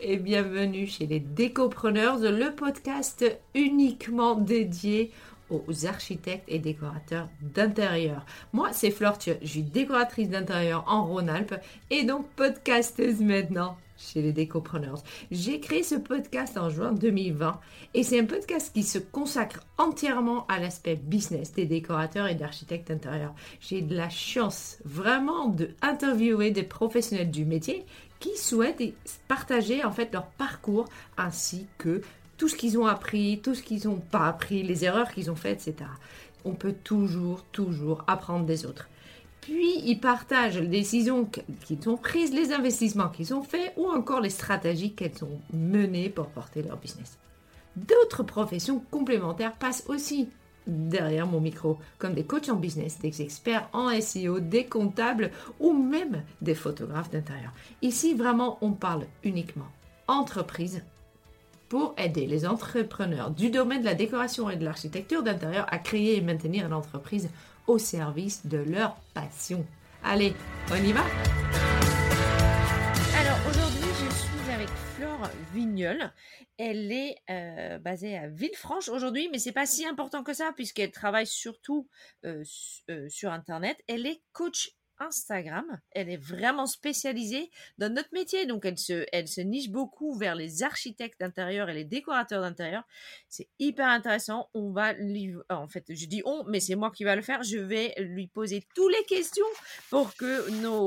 et bienvenue chez les Décopreneurs, le podcast uniquement dédié aux architectes et décorateurs d'intérieur. Moi, c'est Flore Thieu, je suis décoratrice d'intérieur en Rhône-Alpes et donc podcasteuse maintenant chez les Décopreneurs. J'ai créé ce podcast en juin 2020 et c'est un podcast qui se consacre entièrement à l'aspect business des décorateurs et d'architectes d'intérieur. J'ai de la chance vraiment d'interviewer des professionnels du métier qui souhaitent partager en fait leur parcours ainsi que tout ce qu'ils ont appris, tout ce qu'ils n'ont pas appris, les erreurs qu'ils ont faites, etc. On peut toujours apprendre des autres. Puis, ils partagent les décisions qu'ils ont prises, les investissements qu'ils ont faits ou encore les stratégies qu'elles ont menées pour porter leur business. D'autres professions complémentaires passent aussi derrière mon micro, comme des coachs en business, des experts en SEO, des comptables ou même des photographes d'intérieur. Ici, vraiment, on parle uniquement entreprise pour aider les entrepreneurs du domaine de la décoration et de l'architecture d'intérieur à créer et maintenir l'entreprise au service de leur passion. Allez, on y va? Alors aujourd'hui, je suis avec Flore Vignol. Elle est basée à Villefranche aujourd'hui, mais c'est pas si important que ça puisqu'elle travaille surtout sur Internet. Elle est coach Instagram. Elle est vraiment spécialisée dans notre métier, donc elle se niche beaucoup vers les architectes d'intérieur et les décorateurs d'intérieur. C'est hyper intéressant. On va lui, en fait, je dis on, mais c'est moi qui va le faire. Je vais lui poser toutes les questions pour que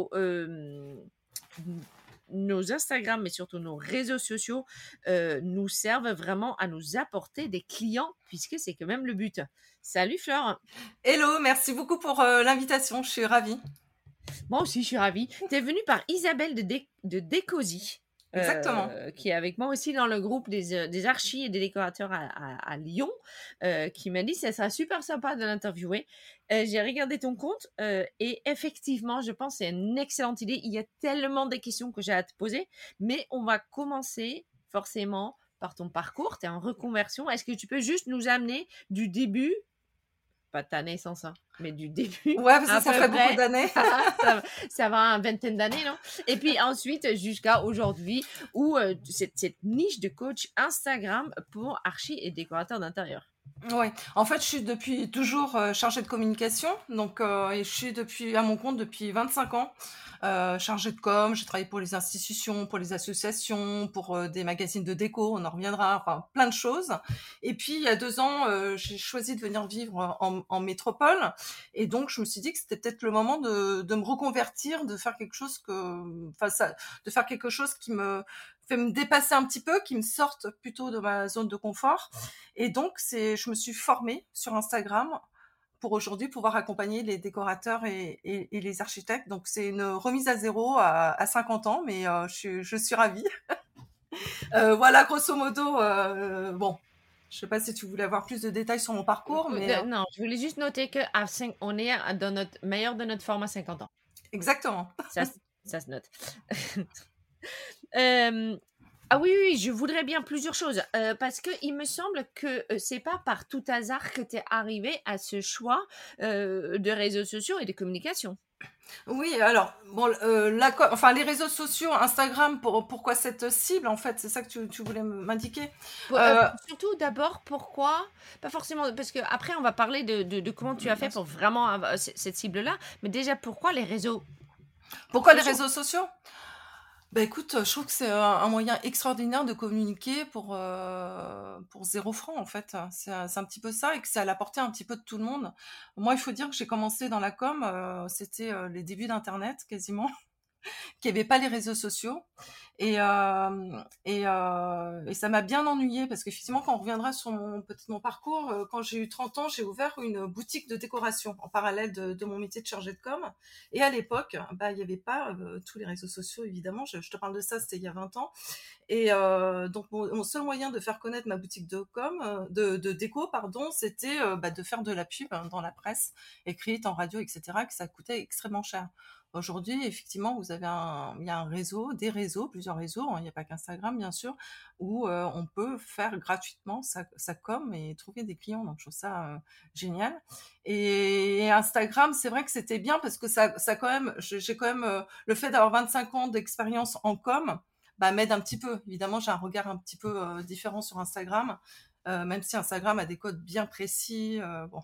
nos Instagram, mais surtout nos réseaux sociaux, nous servent vraiment à nous apporter des clients, puisque c'est quand même le but. Salut Flore. Hello, merci beaucoup pour l'invitation, je suis ravie. Moi aussi, je suis ravie. Tu es venue par Isabelle de Décosi. Exactement. Qui est avec moi aussi dans le groupe des archis et des décorateurs à Lyon, qui m'a dit que ça sera super sympa de l'interviewer. J'ai regardé ton compte et effectivement, je pense que c'est une excellente idée. Il y a tellement de questions que j'ai à te poser, mais on va commencer forcément par ton parcours. Tu es en reconversion. Est-ce que tu peux juste nous amener du début, pas de ta naissance, hein, mais du début. Ouais, parce que ça fait beaucoup d'années. ça va une vingtaine d'années, non? Et puis ensuite, jusqu'à aujourd'hui, où cette niche de coach Instagram pour archi et décorateurs d'intérieur. Ouais, en fait, je suis depuis toujours chargée de communication, donc et je suis à mon compte depuis 25 ans. Chargée de com, j'ai travaillé pour les institutions, pour les associations, pour des magazines de déco, on en reviendra, enfin plein de choses. Et puis il y a 2 ans, j'ai choisi de venir vivre en métropole, et donc je me suis dit que c'était peut-être le moment de me reconvertir, de faire quelque chose de faire quelque chose qui me fait me dépasser un petit peu, qui me sorte plutôt de ma zone de confort. Et donc je me suis formée sur Instagram pour aujourd'hui pouvoir accompagner les décorateurs et les architectes. Donc c'est une remise à zéro à 50 ans, mais je suis ravie. Voilà, grosso modo, bon, je sais pas si tu voulais avoir plus de détails sur mon parcours, mais... Non, je voulais juste noter qu'on est dans notre meilleur de notre forme à 50 ans. Exactement. Ça se note. Ah oui, je voudrais bien plusieurs choses, parce qu'il me semble que c'est pas par tout hasard que tu es arrivé à ce choix de réseaux sociaux et de communication. Oui, alors, bon, les réseaux sociaux, Instagram, pourquoi cette cible, en fait, c'est ça que tu voulais m'indiquer. Surtout d'abord, pourquoi, pas forcément, parce qu'après on va parler de comment tu as fait pour vraiment avoir cette cible-là, mais déjà pourquoi les réseaux Pourquoi les réseaux sociaux? Bah écoute, je trouve que c'est un moyen extraordinaire de communiquer pour 0 franc en fait. C'est un petit peu ça et que c'est à la portée un petit peu de tout le monde. Moi, il faut dire que j'ai commencé dans la com, c'était les débuts d'internet quasiment. Qu'il n'y avait pas les réseaux sociaux et ça m'a bien ennuyée parce qu'effectivement quand on reviendra sur peut-être mon parcours, quand j'ai eu 30 ans, j'ai ouvert une boutique de décoration en parallèle de mon métier de chargée de com, et à l'époque, il n'y avait pas tous les réseaux sociaux évidemment, je te parle de ça, c'était il y a 20 ans, et donc mon seul moyen de faire connaître ma boutique de com, de déco, pardon, c'était de faire de la pub dans la presse, écrite, en radio, etc., que ça coûtait extrêmement cher. Aujourd'hui, effectivement, il y a un réseau, des réseaux, plusieurs réseaux, hein, il n'y a pas qu'Instagram, bien sûr, où on peut faire gratuitement sa com et trouver des clients. Donc, je trouve ça génial. Et Instagram, c'est vrai que c'était bien parce que ça quand même, j'ai quand même le fait d'avoir 25 ans d'expérience en com, m'aide un petit peu. Évidemment, j'ai un regard un petit peu différent sur Instagram, même si Instagram a des codes bien précis. Bon,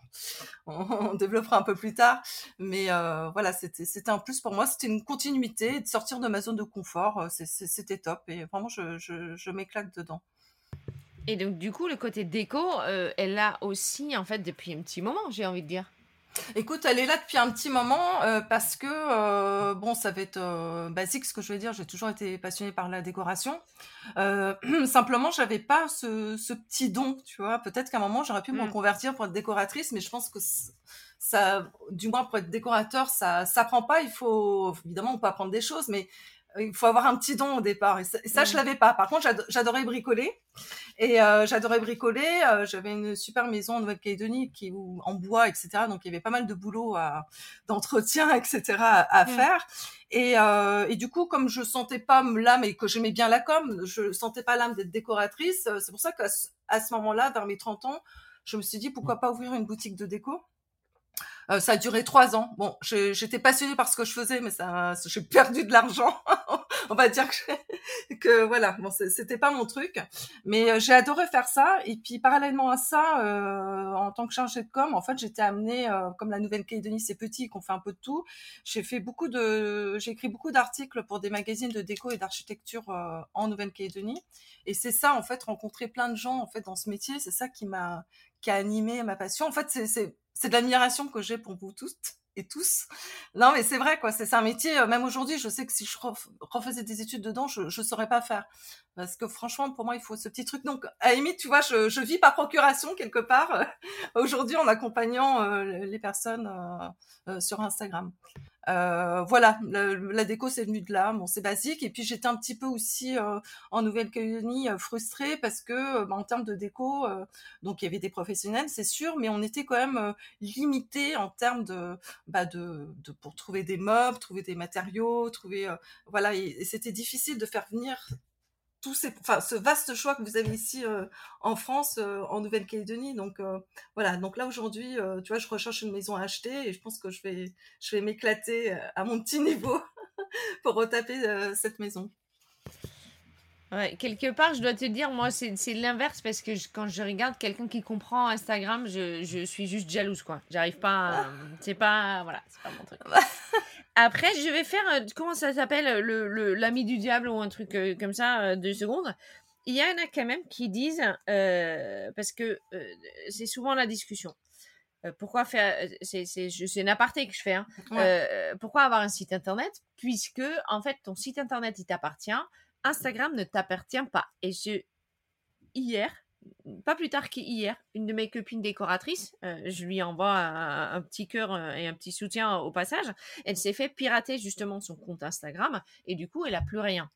on développera un peu plus tard, mais voilà, c'était un plus pour moi. C'était une continuité de sortir de ma zone de confort. C'était top et vraiment, je m'éclate dedans. Et donc, du coup, le côté déco, elle l'a aussi, en fait, depuis un petit moment, j'ai envie de dire. Écoute, elle est là depuis un petit moment parce que, bon, ça va être basique ce que je vais dire, j'ai toujours été passionnée par la décoration. Simplement, j'avais pas ce petit don, tu vois. Peut-être qu'à un moment, j'aurais pu me reconvertir pour être décoratrice, mais je pense que ça, du moins pour être décorateur, ça s'apprend pas. Il faut, évidemment, on peut apprendre des choses, mais il faut avoir un petit don au départ. Et ça je l'avais pas. Par contre, j'adorais bricoler. Et j'adorais bricoler. J'avais une super maison en Nouvelle-Calédonie en bois, etc. Donc il y avait pas mal de boulot d'entretien, etc. à faire. Et du coup, comme je sentais pas l'âme et que j'aimais bien la com, je sentais pas l'âme d'être décoratrice. C'est pour ça qu'à ce moment-là, vers mes 30 ans, je me suis dit pourquoi pas ouvrir une boutique de déco. Ça a duré 3 ans. Bon, j'étais passionnée par ce que je faisais, mais j'ai perdu de l'argent. On va dire que voilà, bon, c'était pas mon truc, mais j'ai adoré faire ça. Et puis parallèlement à ça, en tant que chargée de com, en fait, j'étais amenée, comme la Nouvelle-Calédonie c'est petit, qu'on fait un peu de tout. J'ai écrit beaucoup d'articles pour des magazines de déco et d'architecture en Nouvelle-Calédonie. Et c'est ça, en fait, rencontrer plein de gens en fait dans ce métier, c'est ça qui a animé ma passion. En fait, c'est de l'admiration que j'ai pour vous tous et tous. Non, mais c'est vrai, quoi. C'est un métier, même aujourd'hui, je sais que si je refaisais des études dedans, je saurais pas faire. Parce que franchement, pour moi, il faut ce petit truc. Donc, à la limite, tu vois, je vis par procuration quelque part, aujourd'hui, en accompagnant les personnes sur Instagram. Voilà, la déco c'est venu de là, bon c'est basique. Et puis j'étais un petit peu aussi en Nouvelle-Calédonie frustrée parce que en termes de déco, donc il y avait des professionnels c'est sûr, mais on était quand même limité en termes de pour trouver des meubles, trouver des matériaux, voilà, et c'était difficile de faire venir ce vaste choix que vous avez ici en France, en Nouvelle-Calédonie. Donc voilà. Donc là aujourd'hui, tu vois, je recherche une maison à acheter et je pense que je vais m'éclater à mon petit niveau pour retaper cette maison. Ouais, quelque part, je dois te dire, moi, c'est l'inverse parce que quand je regarde quelqu'un qui comprend Instagram, je suis juste jalouse, quoi. J'arrive pas c'est pas, voilà, c'est pas mon truc. Après, je vais faire, comment ça s'appelle, l'ami du diable ou un truc comme ça, 2 secondes. Il y en a quand même qui disent, parce que c'est souvent la discussion. Pourquoi faire, c'est une aparté que je fais, hein. Ouais. Pourquoi avoir un site internet puisque, en fait, ton site internet, il t'appartient. Instagram ne t'appartient pas. Et hier, pas plus tard qu'hier, une de mes copines décoratrices, je lui envoie un petit cœur et un petit soutien au passage, elle s'est fait pirater justement son compte Instagram et du coup, elle a plus rien.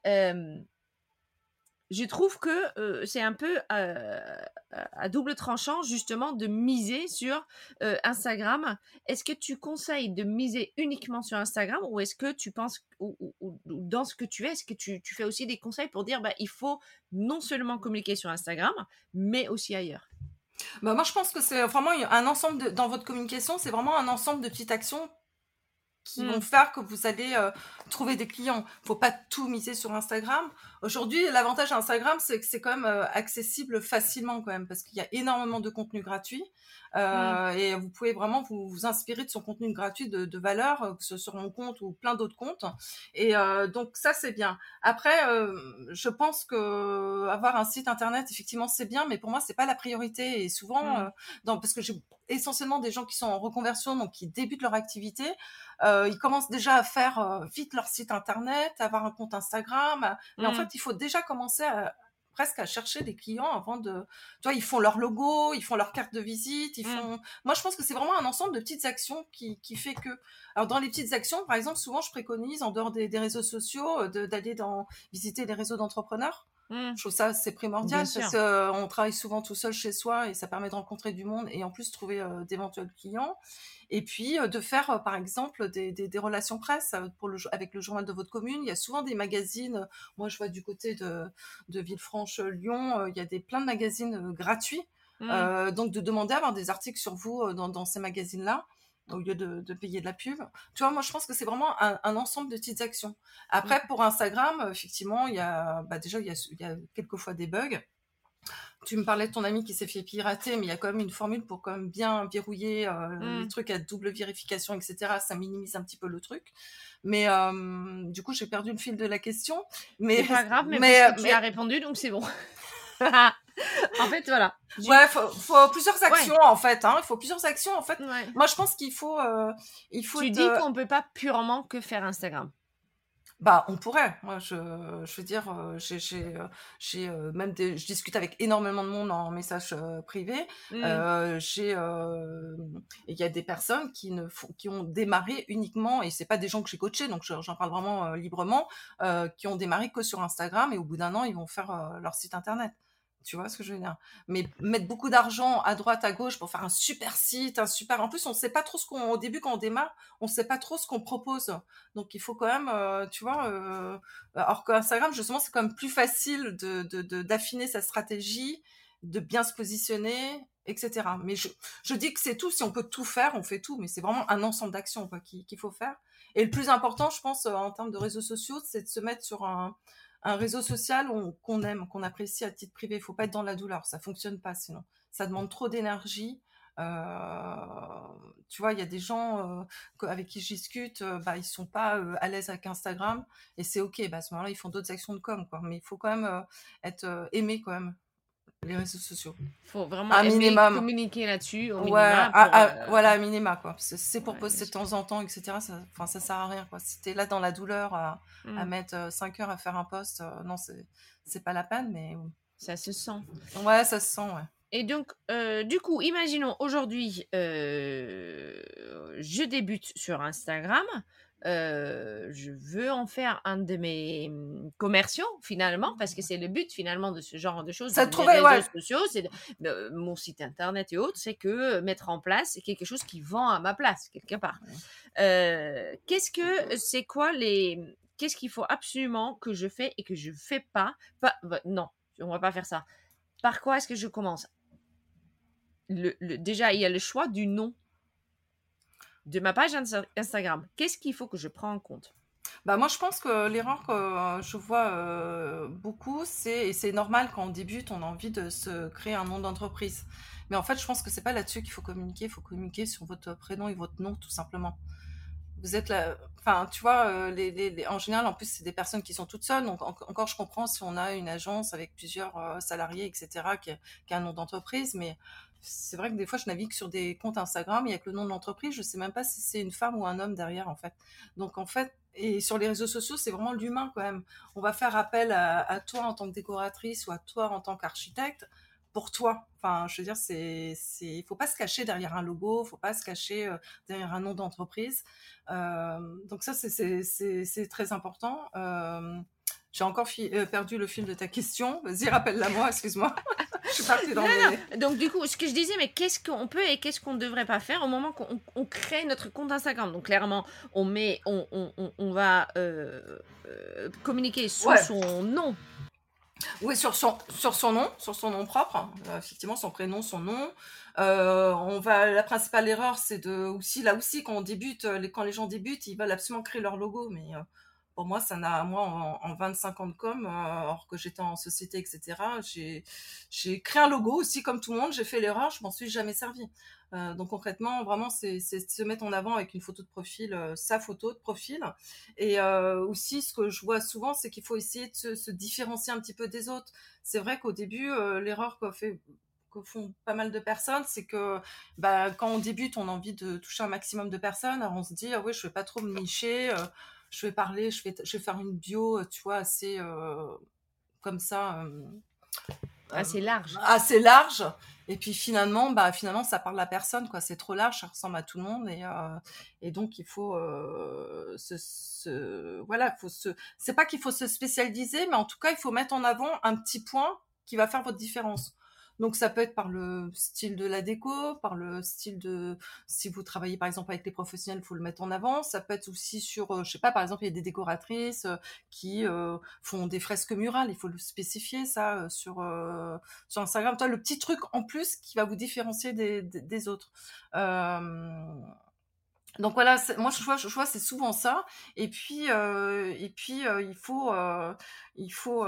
Je trouve que c'est un peu à double tranchant justement de miser sur Instagram. Est-ce que tu conseilles de miser uniquement sur Instagram ou est-ce que tu penses, ou dans ce que tu es, est-ce que tu fais aussi des conseils pour dire il faut non seulement communiquer sur Instagram, mais aussi ailleurs? Moi je pense que c'est vraiment un ensemble dans votre communication, c'est vraiment un ensemble de petites actions qui vont faire que vous allez trouver des clients. Faut pas tout miser sur Instagram. Aujourd'hui, l'avantage d'Instagram, c'est que c'est quand même accessible facilement quand même, parce qu'il y a énormément de contenu gratuit. Et vous pouvez vraiment vous inspirer de son contenu gratuit de valeur, que ce soit sur mon compte ou plein d'autres comptes. Et donc ça, c'est bien. Après, je pense que avoir un site internet, effectivement, c'est bien, mais pour moi, c'est pas la priorité. Et souvent, parce que j'ai essentiellement des gens qui sont en reconversion, donc qui débutent leur activité, ils commencent déjà à faire vite leur site internet, à avoir un compte Instagram. Mais en fait, il faut déjà commencer presque à chercher des clients avant de... Tu vois, ils font leur logo, ils font leur carte de visite, ils font... Moi, je pense que c'est vraiment un ensemble de petites actions qui fait que... Alors, dans les petites actions, par exemple, souvent, je préconise, en dehors des réseaux sociaux, d'aller visiter les réseaux d'entrepreneurs. Je trouve ça c'est primordial parce qu'on travaille souvent tout seul chez soi et ça permet de rencontrer du monde et en plus trouver d'éventuels clients. Et puis de faire par exemple des relations presse avec le journal de votre commune. Il y a souvent des magazines. Moi je vois du côté de Villefranche-Lyon, il y a plein de magazines gratuits. Donc de demander à avoir des articles sur vous dans ces magazines-là. au lieu de payer de la pub. Tu vois, moi, je pense que c'est vraiment un ensemble de petites actions. Après, pour Instagram, effectivement, déjà, il y a quelquefois des bugs. Tu me parlais de ton ami qui s'est fait pirater, mais il y a quand même une formule pour quand même bien verrouiller les trucs à double vérification, etc. Ça minimise un petit peu le truc. Mais du coup, j'ai perdu le fil de la question. Mais, c'est pas grave, mais parce que tu as répondu, donc c'est bon. En fait, voilà. Ouais, faut plusieurs actions en fait. Il faut plusieurs actions en fait. Ouais. Moi, je pense qu'il faut. Tu dis qu'on peut pas purement que faire Instagram. Bah, on pourrait. Moi, je veux dire, j'ai même je discute avec énormément de monde en message privé. Il y a des personnes qui ont démarré uniquement, et c'est pas des gens que j'ai coachés, donc j'en parle vraiment librement, qui ont démarré que sur Instagram, et au bout d'un an, ils vont faire leur site internet. Tu vois ce que je veux dire? Mais mettre beaucoup d'argent à droite, à gauche pour faire un super site, en plus, on sait pas trop au début, quand on démarre, on sait pas trop ce qu'on propose. Donc, il faut quand même, tu vois, alors qu'Instagram, justement, c'est quand même plus facile d'affiner sa stratégie, de bien se positionner, etc. Mais je dis que c'est tout. Si on peut tout faire, on fait tout. Mais c'est vraiment un ensemble d'actions, quoi, qu'il faut faire. Et le plus important, je pense, en termes de réseaux sociaux, c'est de se mettre sur un réseau social qu'on aime, qu'on apprécie à titre privé. Il faut pas être dans la douleur, ça fonctionne pas sinon. Ça demande trop d'énergie. Tu vois, il y a des gens avec qui je discute, ils sont pas à l'aise avec Instagram, et c'est ok. À ce moment-là, ils font d'autres actions de com, quoi. Mais il faut quand même être aimé quand même les réseaux sociaux. Faut vraiment aimer, communiquer là-dessus au minima. Voilà, à minima, quoi. C'est pour poster de temps en temps, etc. Ça sert à rien, quoi. Si t'es là dans la douleur à mettre 5 heures à faire un post, non, c'est pas la peine, mais... Ça se sent. Ouais, ça se sent, ouais. Et donc, du coup, imaginons aujourd'hui, je débute sur Instagram. Je veux en faire un de mes commerciaux finalement, parce que c'est le but finalement de ce genre de choses, des réseaux sociaux, c'est mon site internet et autres, c'est que mettre en place quelque chose qui vend à ma place quelque part. Qu'est-ce qu'il faut absolument que je fais et que je fais pas non, on va pas faire ça. Par quoi est-ce que je commence? Déjà, il y a le choix du nom de ma page Instagram. Qu'est-ce qu'il faut que je prenne en compte? Moi, je pense que l'erreur que je vois beaucoup, et c'est normal quand on débute, on a envie de se créer un nom d'entreprise. Mais en fait, je pense que c'est pas là-dessus qu'il faut communiquer. Il faut communiquer sur votre prénom et votre nom, tout simplement. Vous êtes là, enfin, tu vois, en général, en plus, c'est des personnes qui sont toutes seules. Donc, encore, je comprends si on a une agence avec plusieurs salariés, etc., qui a un nom d'entreprise. Mais c'est vrai que des fois, je navigue sur des comptes Instagram, il y a que le nom de l'entreprise. Je sais même pas si c'est une femme ou un homme derrière, en fait. Donc, en fait, et sur les réseaux sociaux, c'est vraiment l'humain, quand même. On va faire appel à toi en tant que décoratrice ou à toi en tant qu'architecte pour toi. Enfin, je veux dire, il faut pas se cacher derrière un logo, faut pas se cacher derrière un nom d'entreprise. Donc ça, c'est très important. J'ai encore perdu le fil de ta question. Vas-y, rappelle-la moi, excuse-moi. Je suis partie dans Donc du coup, ce que je disais, mais qu'est-ce qu'on peut et qu'est-ce qu'on ne devrait pas faire au moment qu'on crée notre compte Instagram? Donc clairement, on va communiquer sous son nom. Oui, sur son nom propre, effectivement, son prénom, son nom. La principale erreur, c'est là aussi, quand on débute, quand les gens débutent, ils veulent absolument créer leur logo, mais pour moi, en 25 ans de com, alors que j'étais en société, etc., j'ai créé un logo aussi, comme tout le monde, j'ai fait l'erreur, je m'en suis jamais servi. Donc concrètement, vraiment, c'est se mettre en avant avec une photo de profil, sa photo de profil. Et aussi, ce que je vois souvent, c'est qu'il faut essayer de se différencier un petit peu des autres. C'est vrai qu'au début, l'erreur que font pas mal de personnes, c'est que quand on débute, on a envie de toucher un maximum de personnes. Alors on se dit, oui, je vais pas trop me nicher, je vais parler, je vais faire une bio, tu vois, assez comme ça. Assez large. Assez large. Et puis finalement, ça parle à personne, quoi. C'est trop large, ça ressemble à tout le monde. Et donc, il faut c'est pas qu'il faut se spécialiser, mais en tout cas, il faut mettre en avant un petit point qui va faire votre différence. Donc, ça peut être par le style de la déco, par le style si vous travaillez par exemple avec les professionnels, il faut le mettre en avant. Ça peut être aussi sur, je sais pas, par exemple, il y a des décoratrices qui font des fresques murales. Il faut le spécifier, ça, sur Instagram. Toi, le petit truc en plus qui va vous différencier des autres. Donc voilà, moi je vois c'est souvent ça. Il faut,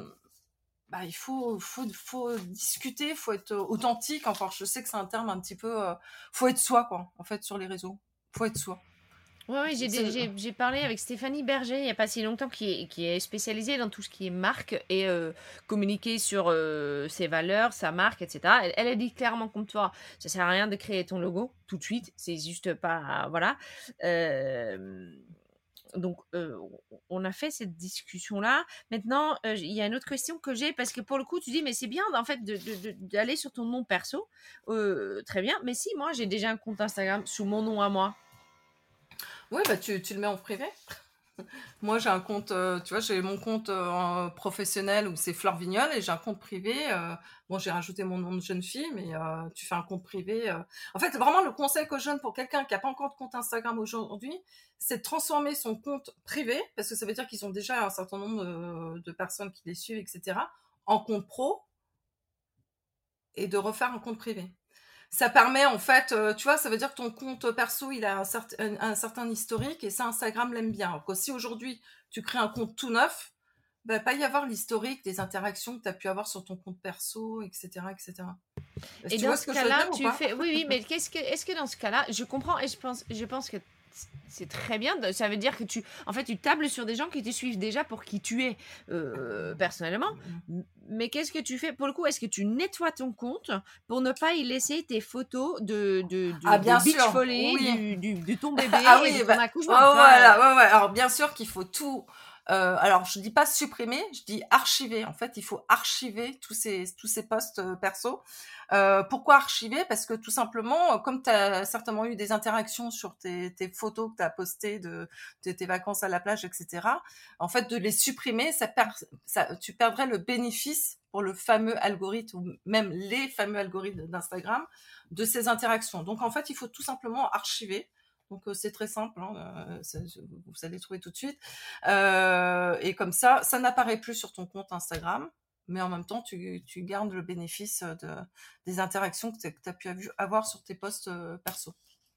faut discuter, faut être authentique. Enfin, je sais que c'est un terme un petit peu, faut être soi quoi. En fait, sur les réseaux, faut être soi. Ouais, ouais, C'est- j'ai parlé avec Stéphanie Berger il n'y a pas si longtemps, qui est spécialisée dans tout ce qui est marque et communiquer sur ses valeurs, sa marque, etc. Elle a dit clairement comme toi, ça sert à rien de créer ton logo tout de suite, c'est juste pas... Voilà. Euh, donc, on a fait cette discussion-là. Maintenant, il y a une autre question que j'ai, parce que pour le coup, tu dis, mais c'est bien, en fait, d'aller sur ton nom perso. Très bien. Mais si, moi, j'ai déjà un compte Instagram sous mon nom à moi. Oui, bah tu le mets en privé. Moi, j'ai un compte, tu vois, j'ai mon compte professionnel où c'est Fleur Vignol et j'ai un compte privé. Bon, j'ai rajouté mon nom de jeune fille, mais tu fais un compte privé. En fait, vraiment, le conseil que je donne pour quelqu'un qui n'a pas encore de compte Instagram aujourd'hui, c'est de transformer son compte privé, parce que ça veut dire qu'ils ont déjà un certain nombre de personnes qui les suivent, etc., en compte pro et de refaire un compte privé. Ça permet en fait, tu vois, ça veut dire que ton compte perso, il a un certain historique et ça, Instagram l'aime bien. Alors que si aujourd'hui, tu crées un compte tout neuf, il va pas y avoir l'historique des interactions que tu as pu avoir sur ton compte perso, etc., etc. Est-ce que Et tu dans vois ce ce que je veux cas-là, dire ou tu pas? fais... Oui, oui, mais est-ce que dans ce cas-là, je comprends et je pense que c'est très bien. Ça veut dire que en fait, tu tables sur des gens qui te suivent déjà pour qui tu es personnellement. Mais qu'est-ce que tu fais pour le coup? Est-ce que tu nettoies ton compte pour ne pas y laisser tes photos Ah, de bien beach sûr, volley, oui. de ton bébé Ah et de oui, ton bah, accouchement? ouais, Tu vois, voilà, ouais, ouais. Alors bien sûr qu'il faut tout. Alors je dis pas supprimer, je dis archiver. En fait, il faut archiver tous ces posts perso. Pourquoi archiver? Parce que tout simplement, comme tu as certainement eu des interactions sur tes photos que tu as postées de tes vacances à la plage, etc. En fait, de les supprimer, tu perdrais le bénéfice pour le fameux algorithme ou même les fameux algorithmes d'Instagram de ces interactions. Donc en fait, il faut tout simplement archiver. Donc c'est très simple, hein, vous allez trouver tout de suite. Et comme ça n'apparaît plus sur ton compte Instagram, mais en même temps, tu gardes le bénéfice des interactions que tu as pu avoir sur tes posts perso.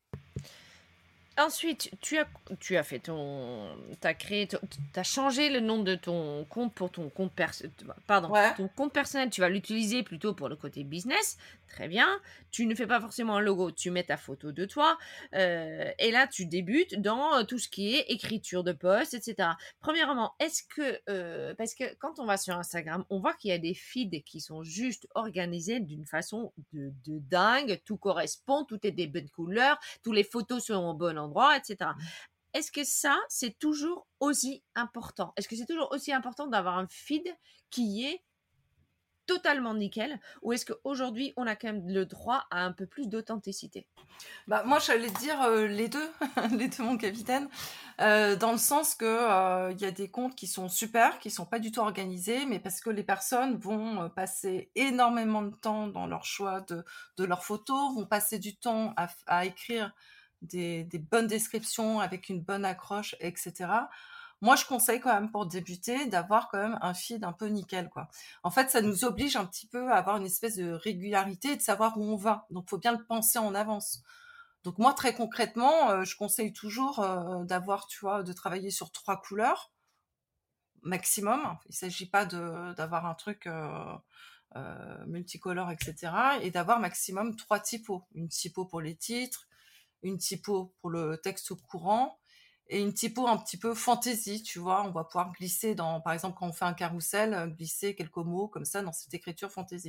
ensuite, tu as fait t'as créé, t'as changé le nom de ton compte pour ton compte pardon, Ouais. ton compte personnel. Tu vas l'utiliser plutôt pour le côté business. Très bien. Tu ne fais pas forcément un logo. Tu mets ta photo de toi. Et là, tu débutes dans tout ce qui est écriture de post, etc. Premièrement, est-ce que, parce que quand on va sur Instagram, on voit qu'il y a des feeds qui sont juste organisés d'une façon de dingue. Tout correspond, tout est des bonnes couleurs, toutes les photos sont au bon endroit, etc. Est-ce que ça, c'est toujours aussi important? Est-ce que c'est toujours aussi important d'avoir un feed qui est totalement nickel? Ou est-ce qu'aujourd'hui, on a quand même le droit à un peu plus d'authenticité? Bah, moi, j'allais dire les deux, les deux, mon capitaine, dans le sens que il y a des comptes qui sont super, qui sont pas du tout organisés, mais parce que les personnes vont passer énormément de temps dans leur choix de leurs photos, vont passer du temps à écrire des bonnes descriptions avec une bonne accroche, etc. Moi, je conseille quand même pour débuter d'avoir quand même un feed un peu nickel, quoi. En fait, ça nous oblige un petit peu à avoir une espèce de régularité et de savoir où on va. Donc, faut bien le penser en avance. Donc moi, très concrètement, je conseille toujours d'avoir, tu vois, de travailler sur 3 couleurs maximum. Il ne s'agit pas d'avoir un truc multicolore, etc. Et d'avoir maximum 3 typos. Une typo pour les titres, une typo pour le texte courant et une typo un petit peu fantaisie, tu vois. On va pouvoir glisser par exemple, quand on fait un carrousel, glisser quelques mots comme ça dans cette écriture fantaisie.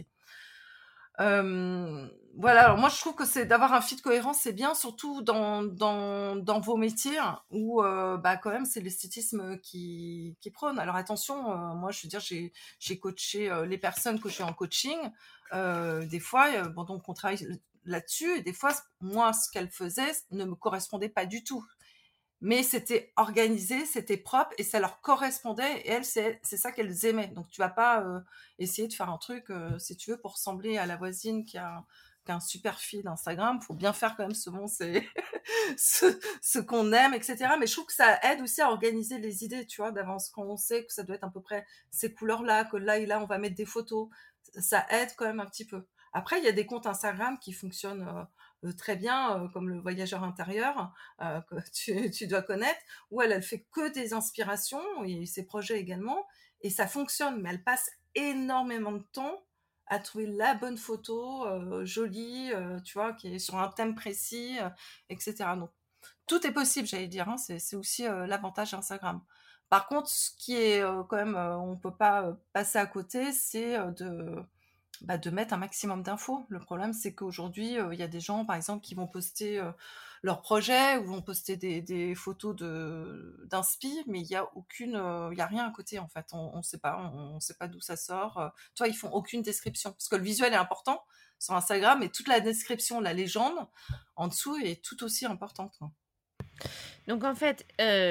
Voilà, alors moi je trouve que c'est d'avoir un feed cohérent, c'est bien, surtout dans vos métiers où bah quand même c'est l'esthétisme qui prône. Alors attention, moi je veux dire j'ai coaché les personnes que j'ai en coaching, des fois bon donc on travaille là-dessus et des fois moi ce qu'elles faisaient ne me correspondait pas du tout. Mais c'était organisé, c'était propre et ça leur correspondait et elles, c'est ça qu'elles aimaient. Donc tu vas pas essayer de faire un truc, si tu veux, pour ressembler à la voisine qui a un super feed Instagram. Faut bien faire quand même selon ce qu'on aime, etc. Mais je trouve que ça aide aussi à organiser les idées, tu vois, d'avance. Quand on sait que ça doit être à peu près ces couleurs-là, que là et là, on va mettre des photos, ça aide quand même un petit peu. Après, il y a des comptes Instagram qui fonctionnent très bien, comme le voyageur intérieur, que tu dois connaître, où elle fait que des inspirations et ses projets également, et ça fonctionne, mais elle passe énormément de temps à trouver la bonne photo, jolie, tu vois, qui est sur un thème précis, etc. Donc, tout est possible, j'allais dire, hein, c'est aussi l'avantage d'Instagram. Par contre, ce qui est quand même, on peut pas passer à côté, c'est de mettre un maximum d'infos. Le problème, c'est qu'aujourd'hui, il y a des gens, par exemple, qui vont poster leurs projets ou vont poster des photos d'inspi, mais il y a rien à côté en fait. On sait pas, on sait pas d'où ça sort. Tu vois, ils font aucune description parce que le visuel est important sur Instagram, et toute la description, la légende en dessous est tout aussi importante, quoi. Donc en fait,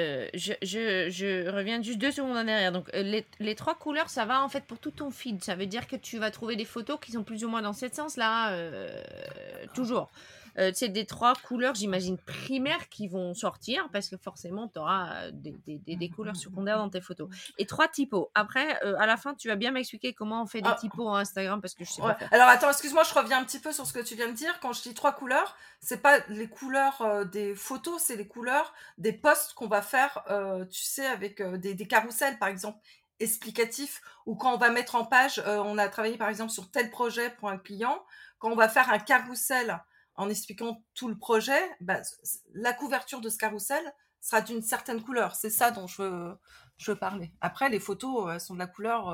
je reviens juste 2 secondes en arrière. Donc les 3 couleurs, ça va en fait pour tout ton feed. Ça veut dire que tu vas trouver des photos qui sont plus ou moins dans ce sens-là, toujours. C'est des 3 couleurs, j'imagine, primaires qui vont sortir parce que forcément, tu auras des couleurs secondaires dans tes photos. Et 3 typos. Après, à la fin, tu vas bien m'expliquer comment on fait des Ah, typos en Instagram parce que je sais ouais. pas faire. Alors attends, excuse-moi, je reviens un petit peu sur ce que tu viens de dire. Quand je dis 3 couleurs, c'est pas les couleurs des photos, c'est les couleurs des posts qu'on va faire, tu sais, avec des carousels, par exemple, explicatifs, ou quand on va mettre en page, on a travaillé par exemple sur tel projet pour un client, quand on va faire un carrousel en expliquant tout le projet, bah, la couverture de ce carrousel sera d'une certaine couleur. C'est ça dont je veux parler. Après, les photos, elles sont de la couleur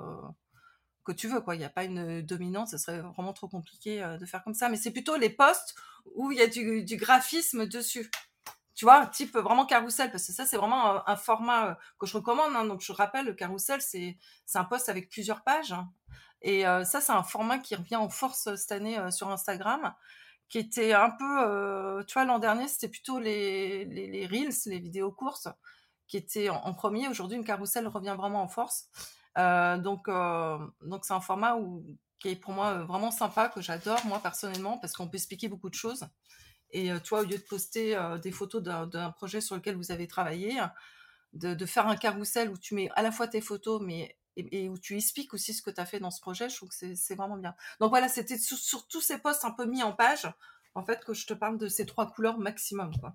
que tu veux, quoi. Il n'y a pas une dominante, ce serait vraiment trop compliqué de faire comme ça. Mais c'est plutôt les posts où il y a du graphisme dessus. Tu vois, type vraiment carrousel, parce que ça, c'est vraiment un format que je recommande, hein. Donc, je rappelle, le carrousel, c'est un post avec plusieurs pages, hein. Et ça, c'est un format qui revient en force cette année sur Instagram, qui était un peu, tu vois, l'an dernier, c'était plutôt les Reels, les vidéos courtes, qui étaient en premier. Aujourd'hui, une carrousel revient vraiment en force. Donc c'est un format qui est pour moi vraiment sympa, que j'adore, moi, personnellement, parce qu'on peut expliquer beaucoup de choses. Et tu vois, au lieu de poster des photos d'un projet sur lequel vous avez travaillé, de faire un carrousel où tu mets à la fois tes photos, et où tu expliques aussi ce que tu as fait dans ce projet, je trouve que c'est vraiment bien. Donc voilà, c'était sur tous ces posts un peu mis en page, en fait, que je te parle de ces 3 couleurs maximum, quoi.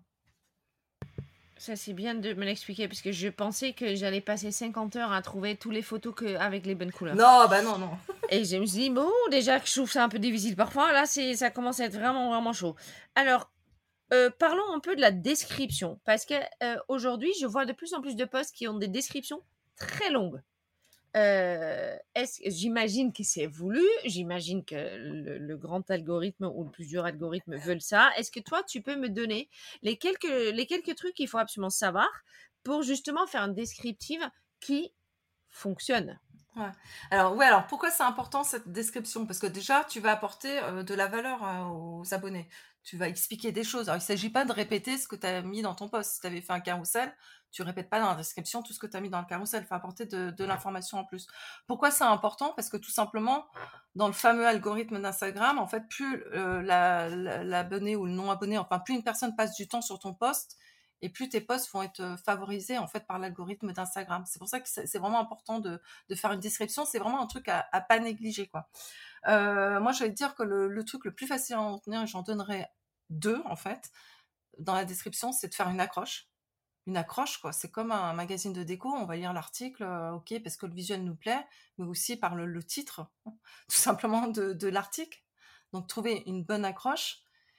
Ça, c'est bien de me l'expliquer parce que je pensais que j'allais passer 50 heures à trouver toutes les photos avec les bonnes couleurs. Non, bah non, non. Et je me suis dit, bon, déjà que je trouve ça un peu difficile parfois, là, ça commence à être vraiment, vraiment chaud. Alors, parlons un peu de la description parce que aujourd'hui, je vois de plus en plus de posts qui ont des descriptions très longues. J'imagine que c'est voulu, j'imagine que le grand algorithme ou plusieurs algorithmes veulent ça. Est-ce que toi, tu peux me donner les quelques trucs qu'il faut absolument savoir pour justement faire une descriptive qui fonctionne? Ouais. Alors pourquoi c'est important cette description? Parce que déjà, tu vas apporter de la valeur aux abonnés. Tu vas expliquer des choses. Alors, il ne s'agit pas de répéter ce que tu as mis dans ton post. Si tu avais fait un carrousel, tu répètes pas dans la description tout ce que tu as mis dans le carrousel. Il faut apporter de l'information en plus. Pourquoi c'est important? Parce que tout simplement, dans le fameux algorithme d'Instagram, en fait, plus l'abonné ou le non-abonné, enfin, plus une personne passe du temps sur ton post, et plus tes posts vont être favorisés en fait par l'algorithme d'Instagram. C'est pour ça que c'est vraiment important de faire une description. C'est vraiment un truc à pas négliger, quoi. Moi, je vais te dire que le truc le plus facile à retenir, et j'en donnerai 2 en fait, dans la description, c'est de faire une accroche. Une accroche, quoi. C'est comme un magazine de déco, on va lire l'article, ok, parce que le visuel nous plaît, mais aussi par le titre, tout simplement de l'article. Donc, trouver une bonne accroche,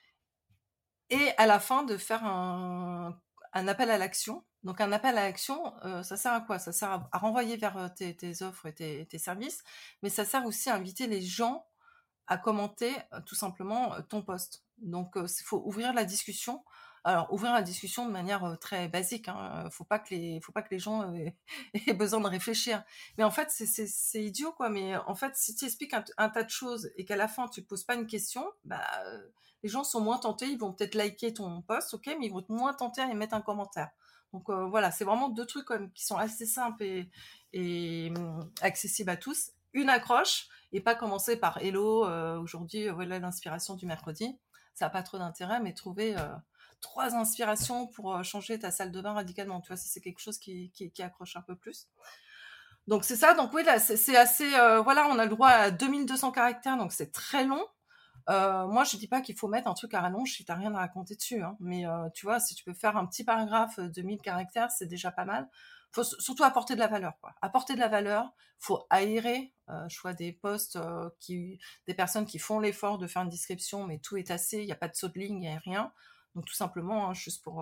et à la fin de faire un appel à l'action. Donc un appel à l'action, ça sert à quoi? Ça sert à renvoyer vers tes offres et tes services, mais ça sert aussi à inviter les gens à commenter tout simplement ton post. Donc il faut ouvrir la discussion. Alors ouvrir la discussion de manière très basique, hein. Faut pas que les gens aient besoin de réfléchir. Mais en fait c'est idiot, quoi. Mais en fait, si tu expliques un tas de choses et qu'à la fin tu poses pas une question, bah les gens sont moins tentés. Ils vont peut-être liker ton post, ok, mais ils vont être moins tentés à y mettre un commentaire. Donc voilà, c'est vraiment 2 trucs quand même qui sont assez simples et accessibles à tous. Une accroche, et pas commencer par hello, aujourd'hui, voilà l'inspiration du mercredi. Ça n'a pas trop d'intérêt, mais trouver 3 inspirations pour changer ta salle de bain radicalement. Tu vois, si c'est quelque chose qui accroche un peu plus. Donc c'est ça. Donc oui, là, c'est assez. Voilà, on a le droit à 2200 caractères, donc c'est très long. Moi, je dis pas qu'il faut mettre un truc à rallonge si t'as rien à raconter dessus, hein. Mais tu vois, si tu peux faire un petit paragraphe de 1000 caractères, c'est déjà pas mal. Faut surtout apporter de la valeur, quoi. Apporter de la valeur, faut aérer. Je vois des posts des personnes qui font l'effort de faire une description, mais tout est assez, il n'y a pas de saut de ligne, il n'y a rien. Donc tout simplement, hein, juste pour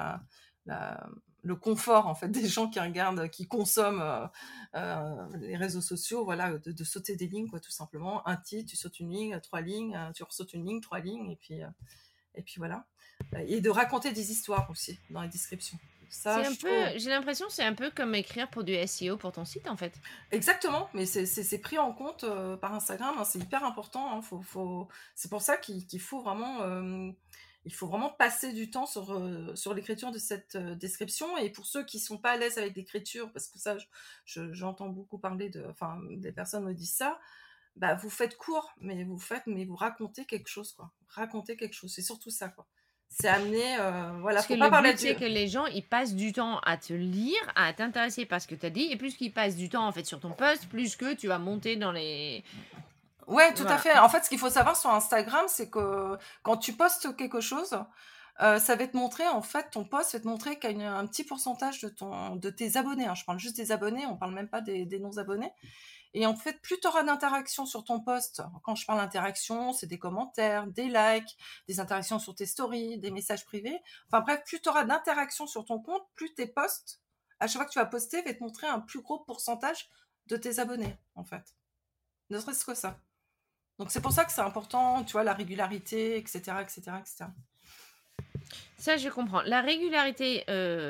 le confort en fait des gens qui regardent, qui consomment les réseaux sociaux, voilà, de sauter des lignes, quoi, tout simplement. Un titre, tu sautes une ligne, 3 lignes, tu ressautes une ligne, 3 lignes, et puis voilà. Et de raconter des histoires aussi dans les descriptions. Ça, j'ai l'impression que c'est un peu comme écrire pour du SEO pour ton site en fait. Exactement, mais c'est pris en compte par Instagram, hein, c'est hyper important. Hein, c'est pour ça qu'il faut vraiment passer du temps sur l'écriture de cette description. Et pour ceux qui sont pas à l'aise avec l'écriture, parce que ça, j'entends beaucoup parler enfin, des personnes me disent ça. Bah, vous faites court, mais vous racontez quelque chose, quoi. Racontez quelque chose, c'est surtout ça, quoi. C'est amener, voilà, Parce que faut pas le parler but, c'est que les gens, ils passent du temps à te lire, à t'intéresser par ce que tu as dit, et plus qu'ils passent du temps en fait sur ton post, plus que tu vas monter dans les... Ouais, tout à Voilà. fait. En fait, ce qu'il faut savoir sur Instagram, c'est que quand tu postes quelque chose, ça va te montrer, en fait, ton post va te montrer qu'il y a un petit pourcentage de tes abonnés, hein. Je parle juste des abonnés, on parle même pas des non-abonnés. Et en fait, plus tu auras d'interactions sur ton post, quand je parle d'interaction, c'est des commentaires, des likes, des interactions sur tes stories, des messages privés. Enfin bref, plus tu auras d'interactions sur ton compte, plus tes posts, à chaque fois que tu vas poster, va te montrer un plus gros pourcentage de tes abonnés, en fait. Ne serait-ce que ça. Donc c'est pour ça que c'est important, tu vois, la régularité, etc., etc., etc. Ça, je comprends. La régularité,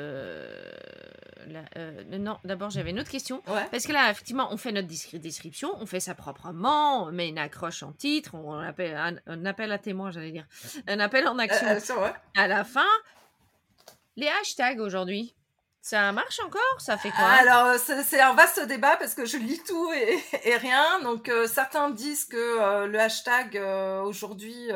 non, d'abord, j'avais une autre question. Ouais. Parce que là, effectivement, on fait notre description, on fait ça proprement, on met une accroche en titre, on appelle un appel à témoin, j'allais dire. Un appel en action C'est vrai. à la fin. Les hashtags aujourd'hui, ça marche encore? Ça fait quoi? Alors, c'est un vaste débat parce que je lis tout et rien. Donc, certains disent que le hashtag aujourd'hui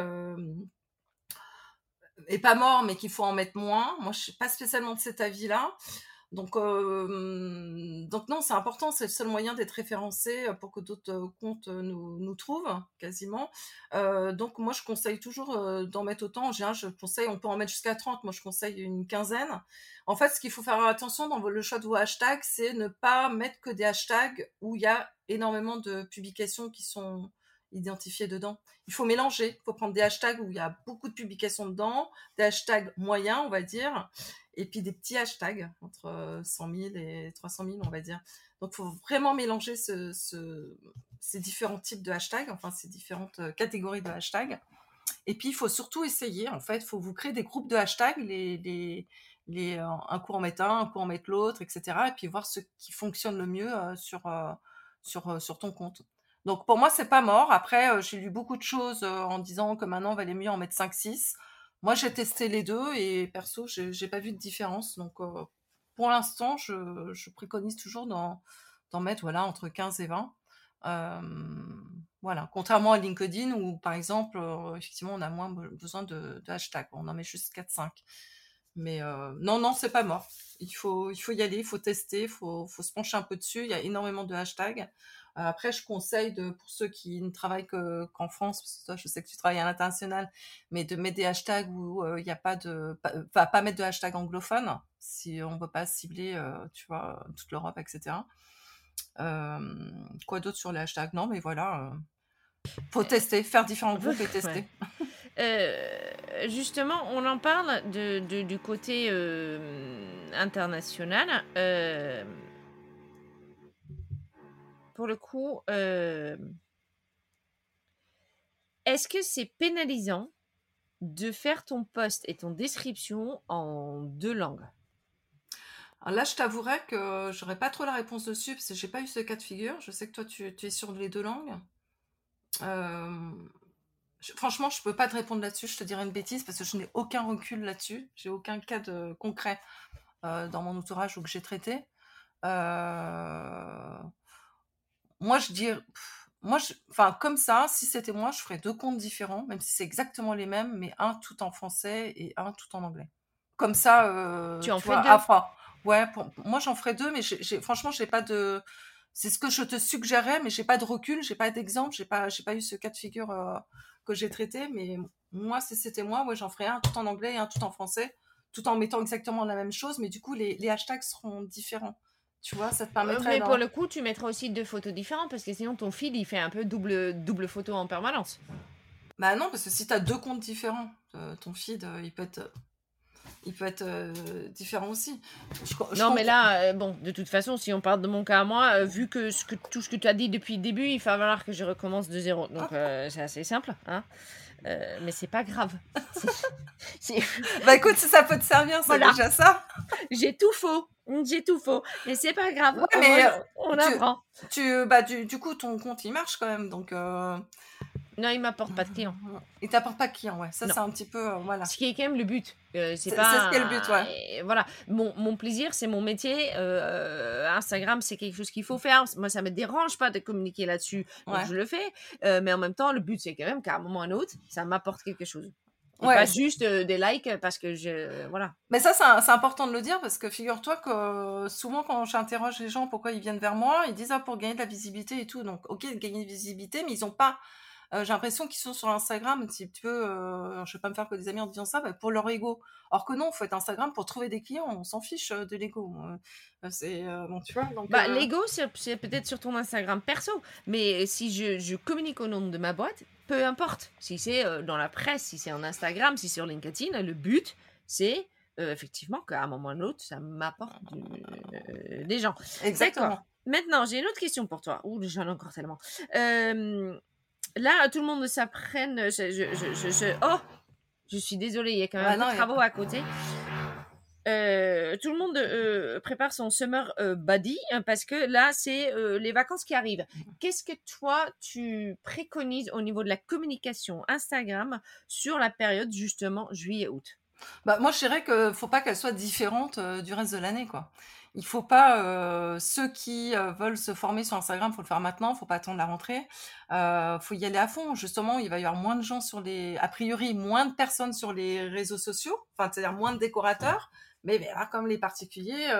est pas mort, mais qu'il faut en mettre moins. Moi, je suis pas spécialement de cet avis-là. Donc non, c'est important, c'est le seul moyen d'être référencé pour que d'autres comptes nous trouvent, quasiment. Donc moi, je conseille toujours d'en mettre autant. En général, je conseille, on peut en mettre jusqu'à 30, moi je conseille une quinzaine. En fait, ce qu'il faut faire attention dans le choix de vos hashtags, c'est ne pas mettre que des hashtags où il y a énormément de publications qui sont identifiées dedans. Il faut mélanger, il faut prendre des hashtags où il y a beaucoup de publications dedans, des hashtags moyens, on va dire, et puis des petits hashtags entre 100 000 et 300 000, on va dire. Donc, il faut vraiment mélanger ces différents types de hashtags, enfin, ces différentes catégories de hashtags. Et puis, il faut surtout essayer, en fait, il faut vous créer des groupes de hashtags, un coup en mettre un coup en mettre l'autre, etc. Et puis, voir ce qui fonctionne le mieux sur ton compte. Donc, pour moi, c'est pas mort. Après, j'ai lu beaucoup de choses en disant que maintenant, il valait mieux en mettre 5-6. Moi, j'ai testé les deux et perso, j'ai pas vu de différence. Donc, pour l'instant, je préconise toujours d'en mettre voilà, entre 15 et 20. Voilà. Contrairement à LinkedIn où, par exemple, effectivement, on a moins besoin de hashtags. On en met juste 4-5. Mais non, c'est pas mort. Il faut y aller, il faut tester, il faut se pencher un peu dessus. Il y a énormément de hashtags. Après, je conseille pour ceux qui ne travaillent qu'en France, parce que toi, je sais que tu travailles à l'international, mais de mettre des hashtags où il n'y a pas pas mettre de hashtag anglophone, si on ne veut pas cibler, tu vois, toute l'Europe, etc. Quoi d'autre sur les hashtags? Non, mais voilà, faut tester, faire différents groupes et tester. Justement, on en parle du côté international. Pour le coup, est-ce que c'est pénalisant de faire ton post et ton description en 2 langues? Alors là, je t'avouerais que j'aurais pas trop la réponse dessus parce que j'ai pas eu ce cas de figure. Je sais que toi, tu es sur les 2 langues. Franchement, je peux pas te répondre là-dessus. Je te dirais une bêtise parce que je n'ai aucun recul là-dessus. J'ai aucun cas concret dans mon entourage ou que j'ai traité. Moi, enfin, comme ça, si c'était moi, je ferais 2 comptes différents, même si c'est exactement les mêmes, mais un tout en français et un tout en anglais. Comme ça, Tu en tu fais vois, 2? ouais, moi j'en ferais 2, mais franchement, j'ai pas de. C'est ce que je te suggérais, mais j'ai pas de recul, j'ai pas d'exemple, j'ai pas eu ce cas de figure que j'ai traités, mais moi, si c'était moi, j'en ferais un tout en anglais et un tout en français, tout en mettant exactement la même chose, mais du coup, les hashtags seront différents. Tu vois, ça te permettrait Mais pour le coup, tu mettras aussi 2 photos différentes parce que sinon ton feed il fait un peu double photo en permanence. Bah non, parce que si tu as 2 comptes différents, ton feed, il peut être différent aussi. Non, mais là, bon, de toute façon, si on parle de mon cas à moi, vu que tout ce que tu as dit depuis le début, il va falloir que je recommence de zéro. Donc, c'est assez simple, hein. Mais c'est pas grave. Bah écoute, si ça peut te servir, c'est déjà ça. J'ai tout faux. Mais c'est pas grave. Ouais, mais on apprend. Du coup, ton compte, il marche quand même, donc... Non, il m'apporte pas de clients. Il t'apporte pas de clients, ouais. Ça, Non. c'est un petit peu... voilà. Ce qui est quand même le but. C'est ce qui est le but, ouais. Voilà. Mon plaisir, c'est mon métier. Instagram, c'est quelque chose qu'il faut faire. Moi, ça me dérange pas de communiquer là-dessus. Donc, je le fais. Mais en même temps, le but, c'est quand même qu'à un moment ou à un autre, ça m'apporte quelque chose. Et pas juste des likes parce que voilà. Mais ça, c'est important de le dire parce que figure-toi que souvent, quand j'interroge les gens pourquoi ils viennent vers moi, ils disent pour gagner de la visibilité et tout. Donc, ok, gagner de visibilité, mais ils n'ont pas... j'ai l'impression qu'ils sont sur Instagram un petit peu... je vais pas me faire que des amis en disant ça, pour leur ego. Alors que non, il faut être Instagram pour trouver des clients. On s'en fiche de l'ego. C'est bon, tu vois. Donc, l'ego, c'est peut-être sur ton Instagram perso. Mais si je communique au nom de ma boîte, peu importe. Si c'est dans la presse, si c'est en Instagram, si c'est sur LinkedIn, le but, c'est effectivement qu'à un moment ou à un autre, ça m'apporte des gens. Exactement. D'accord. Maintenant, j'ai une autre question pour toi. Ouh, j'en ai encore tellement. Là, tout le monde s'apprenne. Oh, je suis désolée, il y a quand même des travaux à côté. Tout le monde prépare son summer body parce que là, c'est les vacances qui arrivent. Qu'est-ce que toi, tu préconises au niveau de la communication Instagram sur la période justement juillet-août? Moi, je dirais qu'il ne faut pas qu'elle soit différente du reste de l'année, quoi. Il faut pas, ceux qui veulent se former sur Instagram, faut le faire maintenant, faut pas attendre la rentrée. Faut y aller à fond. Justement, il va y avoir moins de gens a priori, moins de personnes sur les réseaux sociaux, enfin, c'est-à-dire moins de décorateurs. Mais comme les particuliers,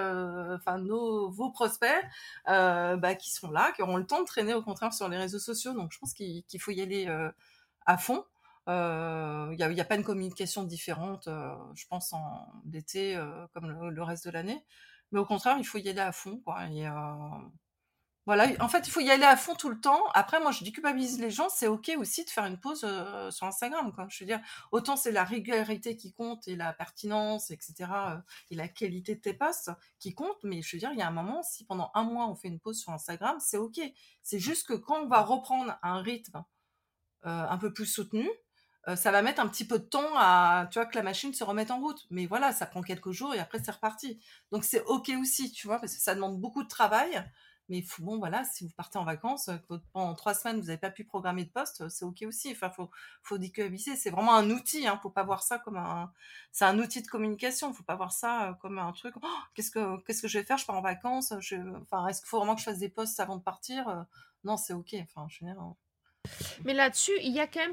vos prospects, qui sont là, qui auront le temps de traîner au contraire sur les réseaux sociaux. Donc, je pense qu'il faut y aller à fond. Il y a pas une communication différente, je pense, en d'été comme le reste de l'année. Mais au contraire, il faut y aller à fond, quoi. Et voilà, en fait, il faut y aller à fond tout le temps. Après, moi, je déculpabilise les gens. C'est ok aussi de faire une pause sur Instagram, quoi. Je veux dire, autant c'est la régularité qui compte et la pertinence, etc. Et la qualité de tes posts qui compte. Mais je veux dire, il y a un moment, si pendant un mois on fait une pause sur Instagram, c'est ok. C'est juste que quand on va reprendre un rythme un peu plus soutenu, ça va mettre un petit peu de temps que la machine se remette en route. Mais voilà, ça prend quelques jours et après c'est reparti. Donc c'est ok aussi, tu vois, parce que ça demande beaucoup de travail. Mais voilà, si vous partez en vacances, pendant 3 semaines vous n'avez pas pu programmer de poste, c'est ok aussi. Enfin, faut déculpabiliser. C'est vraiment un outil. Faut pas voir ça comme c'est un outil de communication. Faut pas voir ça comme un truc. Oh, qu'est-ce que je vais faire? Je pars en vacances. Est-ce qu'il faut vraiment que je fasse des posts avant de partir? Non, c'est ok. Enfin, je veux dire. Mais là-dessus, il y a quand même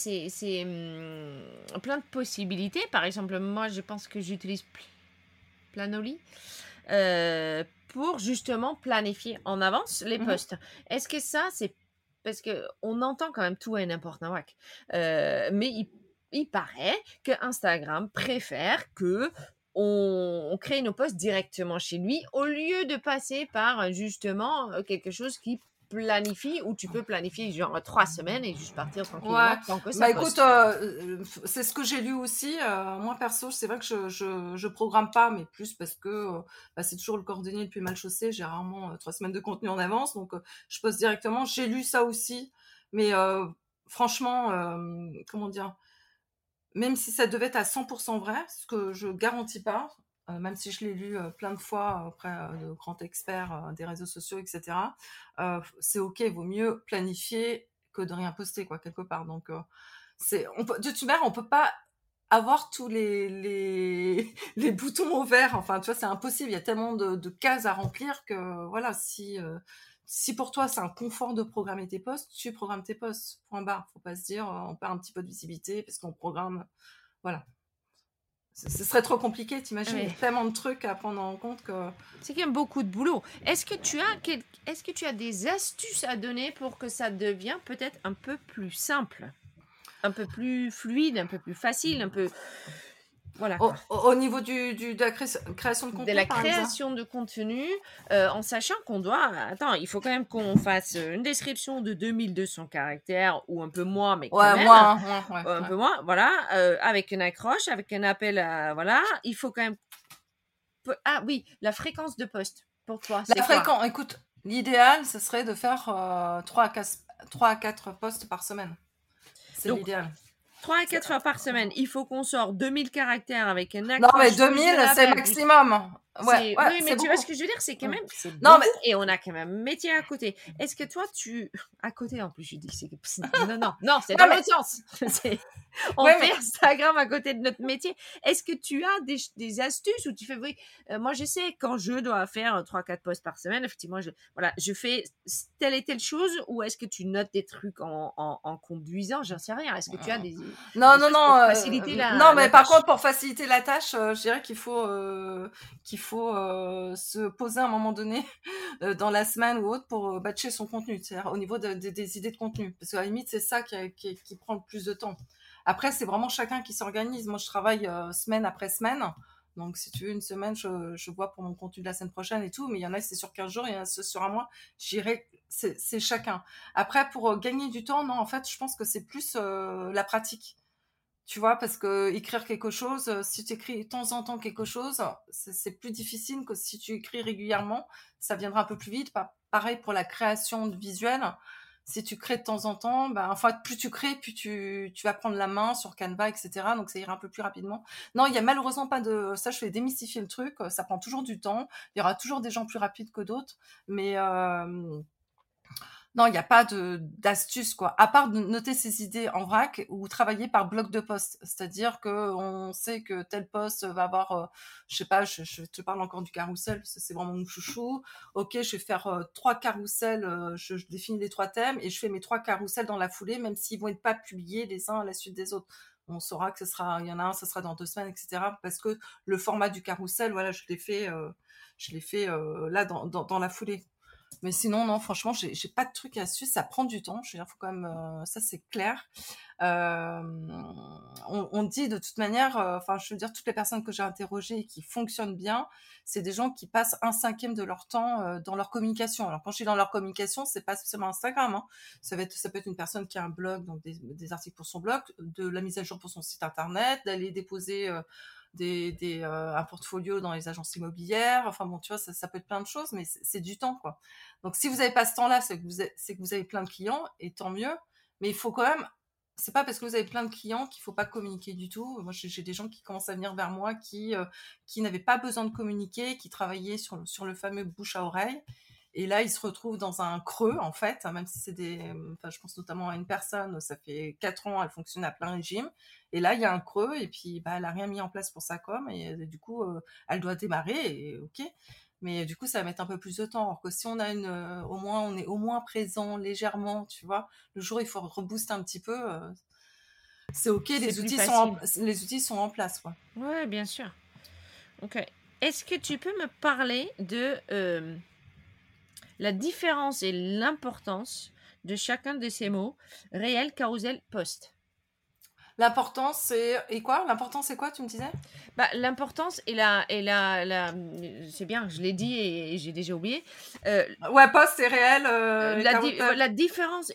plein de possibilités. Par exemple, moi, je pense que j'utilise Planoly pour justement planifier en avance les posts. Est-ce que ça, c'est... Parce qu'on entend quand même tout et n'importe quoi. Mais il paraît que Instagram préfère que on crée nos posts directement chez lui au lieu de passer par justement quelque chose qui planifie, où tu peux planifier genre 3 semaines et juste partir tranquillement tant que ça écoute, c'est ce que j'ai lu aussi. Moi perso, c'est vrai que je programme pas, mais plus parce que c'est toujours le cordonnier le plus mal chaussé. J'ai rarement 3 semaines de contenu en avance, donc je poste directement. J'ai lu ça aussi, mais franchement, comment dire, même si ça devait être à 100% vrai, ce que je garantis pas, même si je l'ai lu plein de fois auprès de grands experts des réseaux sociaux, etc., c'est ok, vaut mieux planifier que de rien poster, quoi, quelque part. Donc, de toute manière, on peut pas avoir tous les boutons au vert. Enfin, tu vois, c'est impossible. Il y a tellement de cases à remplir que, voilà, si pour toi c'est un confort de programmer tes posts, tu programmes tes posts. Point barre. Faut pas se dire on perd un petit peu de visibilité parce qu'on programme. Voilà. Ce serait trop compliqué, t'imagines, il y a tellement de trucs à prendre en compte que... C'est quand même beaucoup de boulot. Est-ce que tu as des astuces à donner pour que ça devienne peut-être un peu plus simple? un peu plus fluide, un peu plus facile, un peu... Voilà Au, quoi. au niveau de la création de De contenu, la par exemple. création de contenu, en sachant qu'on doit... Attends, il faut quand même qu'on fasse une description de 2200 caractères ou un peu moins, mais quand Ouais, même. ouais. Un peu moins, voilà, avec une accroche, avec un appel à... Voilà, il faut quand même... Ah oui, la fréquence de poste, pour toi, c'est La quoi? fréquence, écoute, l'idéal, ce serait de faire 3 à 4 posts par semaine. C'est Donc, l'idéal. 3 à 4 fois par semaine, il faut qu'on sorte 2000 caractères avec un Non, mais accroche plus 2000, un c'est appel, plus... maximum. Ouais, Oui, mais c'est tu vois beaucoup. ce que je veux dire, c'est quand Mm. même, c'est Non, beaucoup mais et on a quand même un métier à côté. Est-ce que toi, à côté en plus, je dis, non, c'est dans ouais, mais l'autre sens. On ouais, fait mais Instagram à côté de notre métier. Est-ce que tu as des astuces où tu fais, oui, moi je sais quand je dois faire 3-4 posts par semaine, effectivement, je fais telle et telle chose, ou est-ce que tu notes des trucs en conduisant, j'en sais rien. Est-ce que tu as non, des choses pour faciliter non, la mais par tâche? contre, pour faciliter la tâche, je dirais qu'il faut se poser à un moment donné dans la semaine ou autre pour batcher son contenu, c'est-à-dire au niveau des idées de contenu, parce qu'à la limite, c'est ça qui prend le plus de temps. Après, c'est vraiment chacun qui s'organise. Moi, je travaille semaine après semaine. Donc, si tu veux, une semaine, je vois pour mon contenu de la semaine prochaine et tout. Mais il y en a, c'est sur 15 jours, il y en a sur un mois. J'irai, c'est chacun. Après, pour gagner du temps, non, en fait, je pense que c'est plus la pratique. Tu vois, parce que écrire quelque chose, si tu écris de temps en temps quelque chose, c'est plus difficile que si tu écris régulièrement. Ça viendra un peu plus vite. Pareil pour la création de visuels. Si tu crées de temps en temps, ben, enfin, plus tu crées, plus tu vas prendre la main sur Canva, etc. Donc, ça ira un peu plus rapidement. Non, il y a malheureusement pas de... Ça, je vais démystifier le truc. Ça prend toujours du temps. Il y aura toujours des gens plus rapides que d'autres. Mais... non, il n'y a pas d'astuce, quoi. À part de noter ses idées en vrac ou travailler par bloc de poste. C'est-à-dire que on sait que tel poste va avoir, je sais pas, je te parle encore du carrousel, parce que c'est vraiment mon chouchou. Ok, je vais faire 3 carousels, je définis les 3 thèmes et je fais mes 3 carousels dans la foulée, même s'ils vont être pas publiés les uns à la suite des autres. On saura que il y en a un, ça sera dans 2 semaines, etc. Parce que le format du carrousel, voilà, je l'ai fait là dans la foulée. Mais sinon, non, franchement, j'ai pas de truc à suivre. Ça prend du temps. Je veux dire, faut quand même, ça c'est clair. Euh, on dit de toute manière, enfin, je veux dire, toutes les personnes que j'ai interrogées et qui fonctionnent bien, c'est des gens qui passent 1/5 de leur temps dans leur communication. Alors, quand je dis dans leur communication, c'est pas seulement Instagram. Hein. Ça peut être une personne qui a un blog, donc des articles pour son blog, de la mise à jour pour son site internet, d'aller déposer un portfolio dans les agences immobilières. Enfin bon, tu vois, ça peut être plein de choses, mais c'est du temps, quoi. Donc, si vous n'avez pas ce temps-là, c'est que vous avez plein de clients, et tant mieux. Mais il faut quand même... C'est pas parce que vous avez plein de clients qu'il faut pas communiquer du tout. Moi, j'ai des gens qui commencent à venir vers moi qui n'avaient pas besoin de communiquer, qui travaillaient sur le fameux bouche à oreille. Et là, ils se retrouvent dans un creux, en fait, hein, même si c'est enfin, je pense notamment à une personne, ça fait 4 ans, elle fonctionne à plein régime. Et là, il y a un creux, et puis, bah, elle a rien mis en place pour sa com, et du coup, elle doit démarrer, et ok. Mais du coup, ça va mettre un peu plus de temps. Alors que si on a on est au moins présent légèrement, tu vois, le jour, il faut rebooster un petit peu, c'est ok, C'est les plus outils facile. sont en place, quoi. Ouais, bien sûr. Ok. Est-ce que tu peux me parler de la différence et l'importance de chacun de ces mots, réel, carrousel, post? L'important, c'est quoi, tu me disais? Bah, l'importance c'est bien, je l'ai dit et j'ai déjà oublié. Ouais, post, c'est réel, et La différence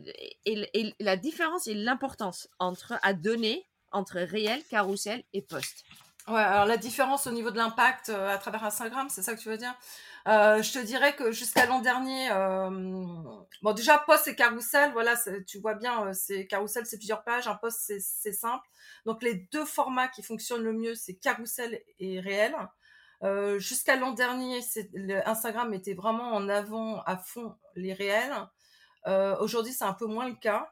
la différence et l'importance à donner entre réel, carrousel et post. Ouais, alors la différence au niveau de l'impact à travers Instagram, c'est ça que tu veux dire? Je te dirais que jusqu'à l'an dernier, bon déjà post et carrousel, voilà, tu vois bien, c'est carrousel, c'est plusieurs pages, un post c'est simple. Donc les deux formats qui fonctionnent le mieux, c'est carrousel et réel. Jusqu'à l'an dernier, Instagram mettait vraiment en avant à fond les réels. Aujourd'hui, c'est un peu moins le cas.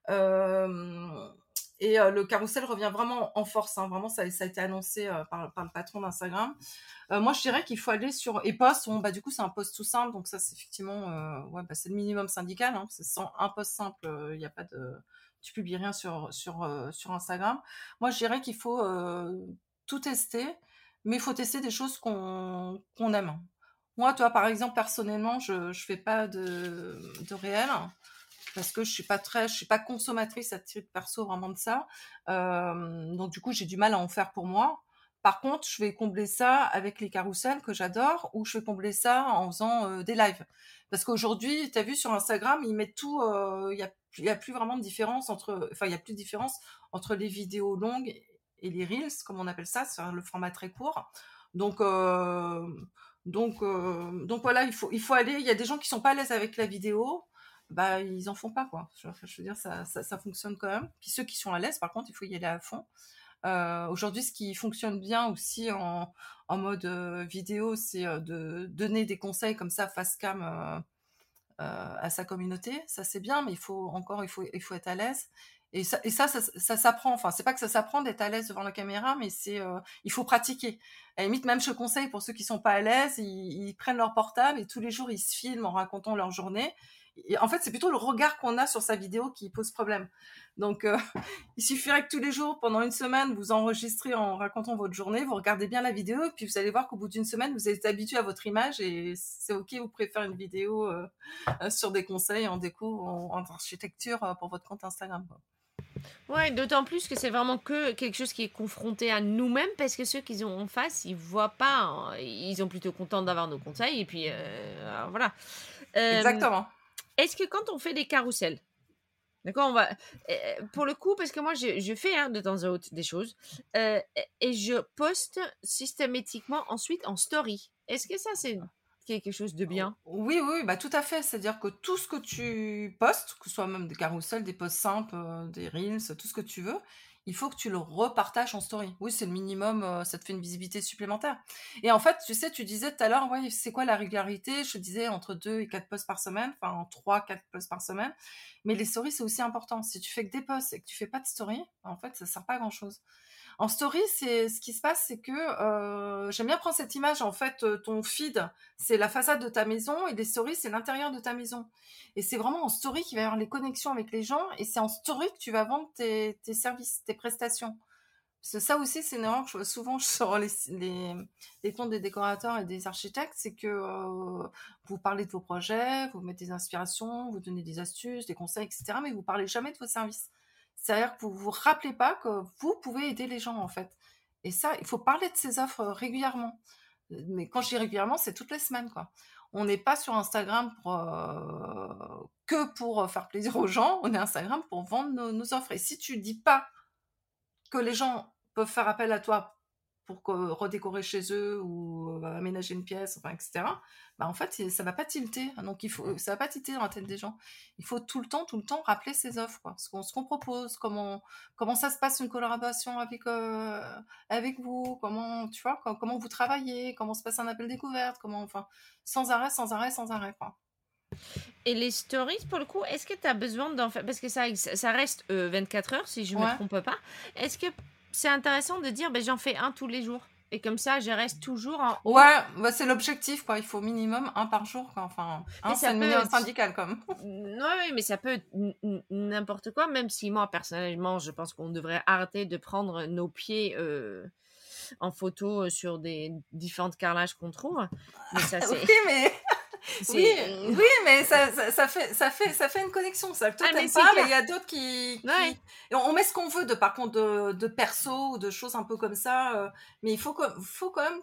Et le carrousel revient vraiment en force. Hein. Vraiment, ça a été annoncé par le patron d'Instagram. Moi, je dirais qu'il faut aller sur... Et post, bon, bah, du coup, c'est un post tout simple. Donc ça, c'est effectivement... ouais, bah, c'est le minimum syndical. Hein. C'est sans un post simple, il n'y a pas de... Tu publies rien sur Instagram. Moi, je dirais qu'il faut tout tester. Mais il faut tester des choses qu'on aime. Moi, toi, par exemple, personnellement, je fais pas de réel. parce que je suis pas consommatrice à titre perso vraiment de ça. Donc du coup, j'ai du mal à en faire pour moi. Par contre, je vais combler ça avec les carousels que j'adore, ou je vais combler ça en faisant des lives. Parce qu'aujourd'hui, tu as vu sur Instagram, ils mettent tout, il y a plus vraiment de différence il y a plus de différence entre les vidéos longues et les reels, comme on appelle ça, c'est le format très court. Donc, donc voilà, il faut aller. Il y a des gens qui sont pas à l'aise avec la vidéo, bah ils en font pas quoi. Je veux dire, ça fonctionne quand même. Puis ceux qui sont à l'aise, par contre, il faut y aller à fond. Aujourd'hui, ce qui fonctionne bien aussi en mode vidéo, c'est de donner des conseils comme ça face cam à sa communauté. Ça c'est bien, mais il faut être à l'aise. Et ça s'apprend. Enfin, c'est pas que ça s'apprend d'être à l'aise devant la caméra, mais il faut pratiquer. À la limite, même je conseille pour ceux qui sont pas à l'aise, ils prennent leur portable et tous les jours ils se filment en racontant leur journée. Et en fait, c'est plutôt le regard qu'on a sur sa vidéo qui pose problème. Donc, il suffirait que tous les jours, pendant une semaine, vous enregistrez en racontant votre journée, vous regardez bien la vidéo, et puis vous allez voir qu'au bout d'une semaine, vous êtes habitué à votre image et c'est OK, vous pouvez faire une vidéo sur des conseils en déco, en architecture pour votre compte Instagram, quoi. Ouais, d'autant plus que c'est vraiment que quelque chose qui est confronté à nous-mêmes, parce que ceux qu'ils ont en face, ils voient pas, hein, ils sont plutôt contents d'avoir nos conseils, et puis voilà. Exactement. Est-ce que quand on fait des carousels, d'accord, pour le coup, parce que moi je fais de temps à autre des choses, et je poste systématiquement ensuite en story. Est-ce que ça c'est quelque chose de bien? Oui, oui, bah tout à fait. C'est-à-dire que tout ce que tu postes, que ce soit même des carousels, des posts simples, des reels, tout ce que tu veux, il faut que tu le repartages en story. Oui, c'est le minimum, ça te fait une visibilité supplémentaire. Et en fait, tu sais, tu disais tout à l'heure, ouais, c'est quoi la régularité? Je te disais entre 2 et 4 posts par semaine, enfin 3, 4 posts par semaine. Mais les stories, c'est aussi important. Si tu fais que des posts et que tu fais pas de story, en fait, ça sert pas à grand-chose. En story, c'est ce qui se passe, c'est que j'aime bien prendre cette image. En fait, ton feed, c'est la façade de ta maison et les stories, c'est l'intérieur de ta maison. Et c'est vraiment en story qu'il va y avoir les connexions avec les gens et c'est en story que tu vas vendre tes services, tes prestations. Parce que ça aussi, c'est une erreur que je vois souvent sur les comptes des décorateurs et des architectes, c'est que vous parlez de vos projets, vous mettez des inspirations, vous donnez des astuces, des conseils, etc. Mais vous parlez jamais de vos services. C'est-à-dire que vous vous rappelez pas que vous pouvez aider les gens, en fait. Et ça, il faut parler de ces offres régulièrement. Mais quand je dis régulièrement, c'est toutes les semaines, quoi. On n'est pas sur Instagram que pour faire plaisir aux gens. On est Instagram pour vendre nos offres. Et si tu dis pas que les gens peuvent faire appel à toi pour redécorer chez eux ou aménager une pièce, enfin, etc. Bah, en fait, ça va pas tilter. Donc, ça va pas tilter dans la tête des gens. Il faut tout le temps rappeler ses offres, quoi. Ce qu'on propose, comment ça se passe une collaboration avec vous, comment, tu vois, comment vous travaillez, comment se passe un appel découverte, enfin, sans arrêt, quoi. Et les stories, pour le coup, est-ce que tu as besoin d'en faire, parce que ça reste 24 heures, si je me Ouais. trompe pas. Est-ce que c'est intéressant de dire, j'en fais un tous les jours? Et comme ça, je reste toujours en haut. Ouais, bah c'est l'objectif, quoi. Il faut minimum un par jour, quoi. Enfin, c'est le minimum syndical, comme. Oui, mais ça peut être n'importe quoi, même si moi, personnellement, je pense qu'on devrait arrêter de prendre nos pieds en photo sur des différentes carrelages qu'on trouve. Mais ça, c'est... Oui, mais... Oui, mais ça fait une connexion. Ça, toi, t'aimes pas, mais il y a d'autres qui... Ouais. On met ce qu'on veut, par contre, de perso ou de choses un peu comme ça. Mais il faut quand même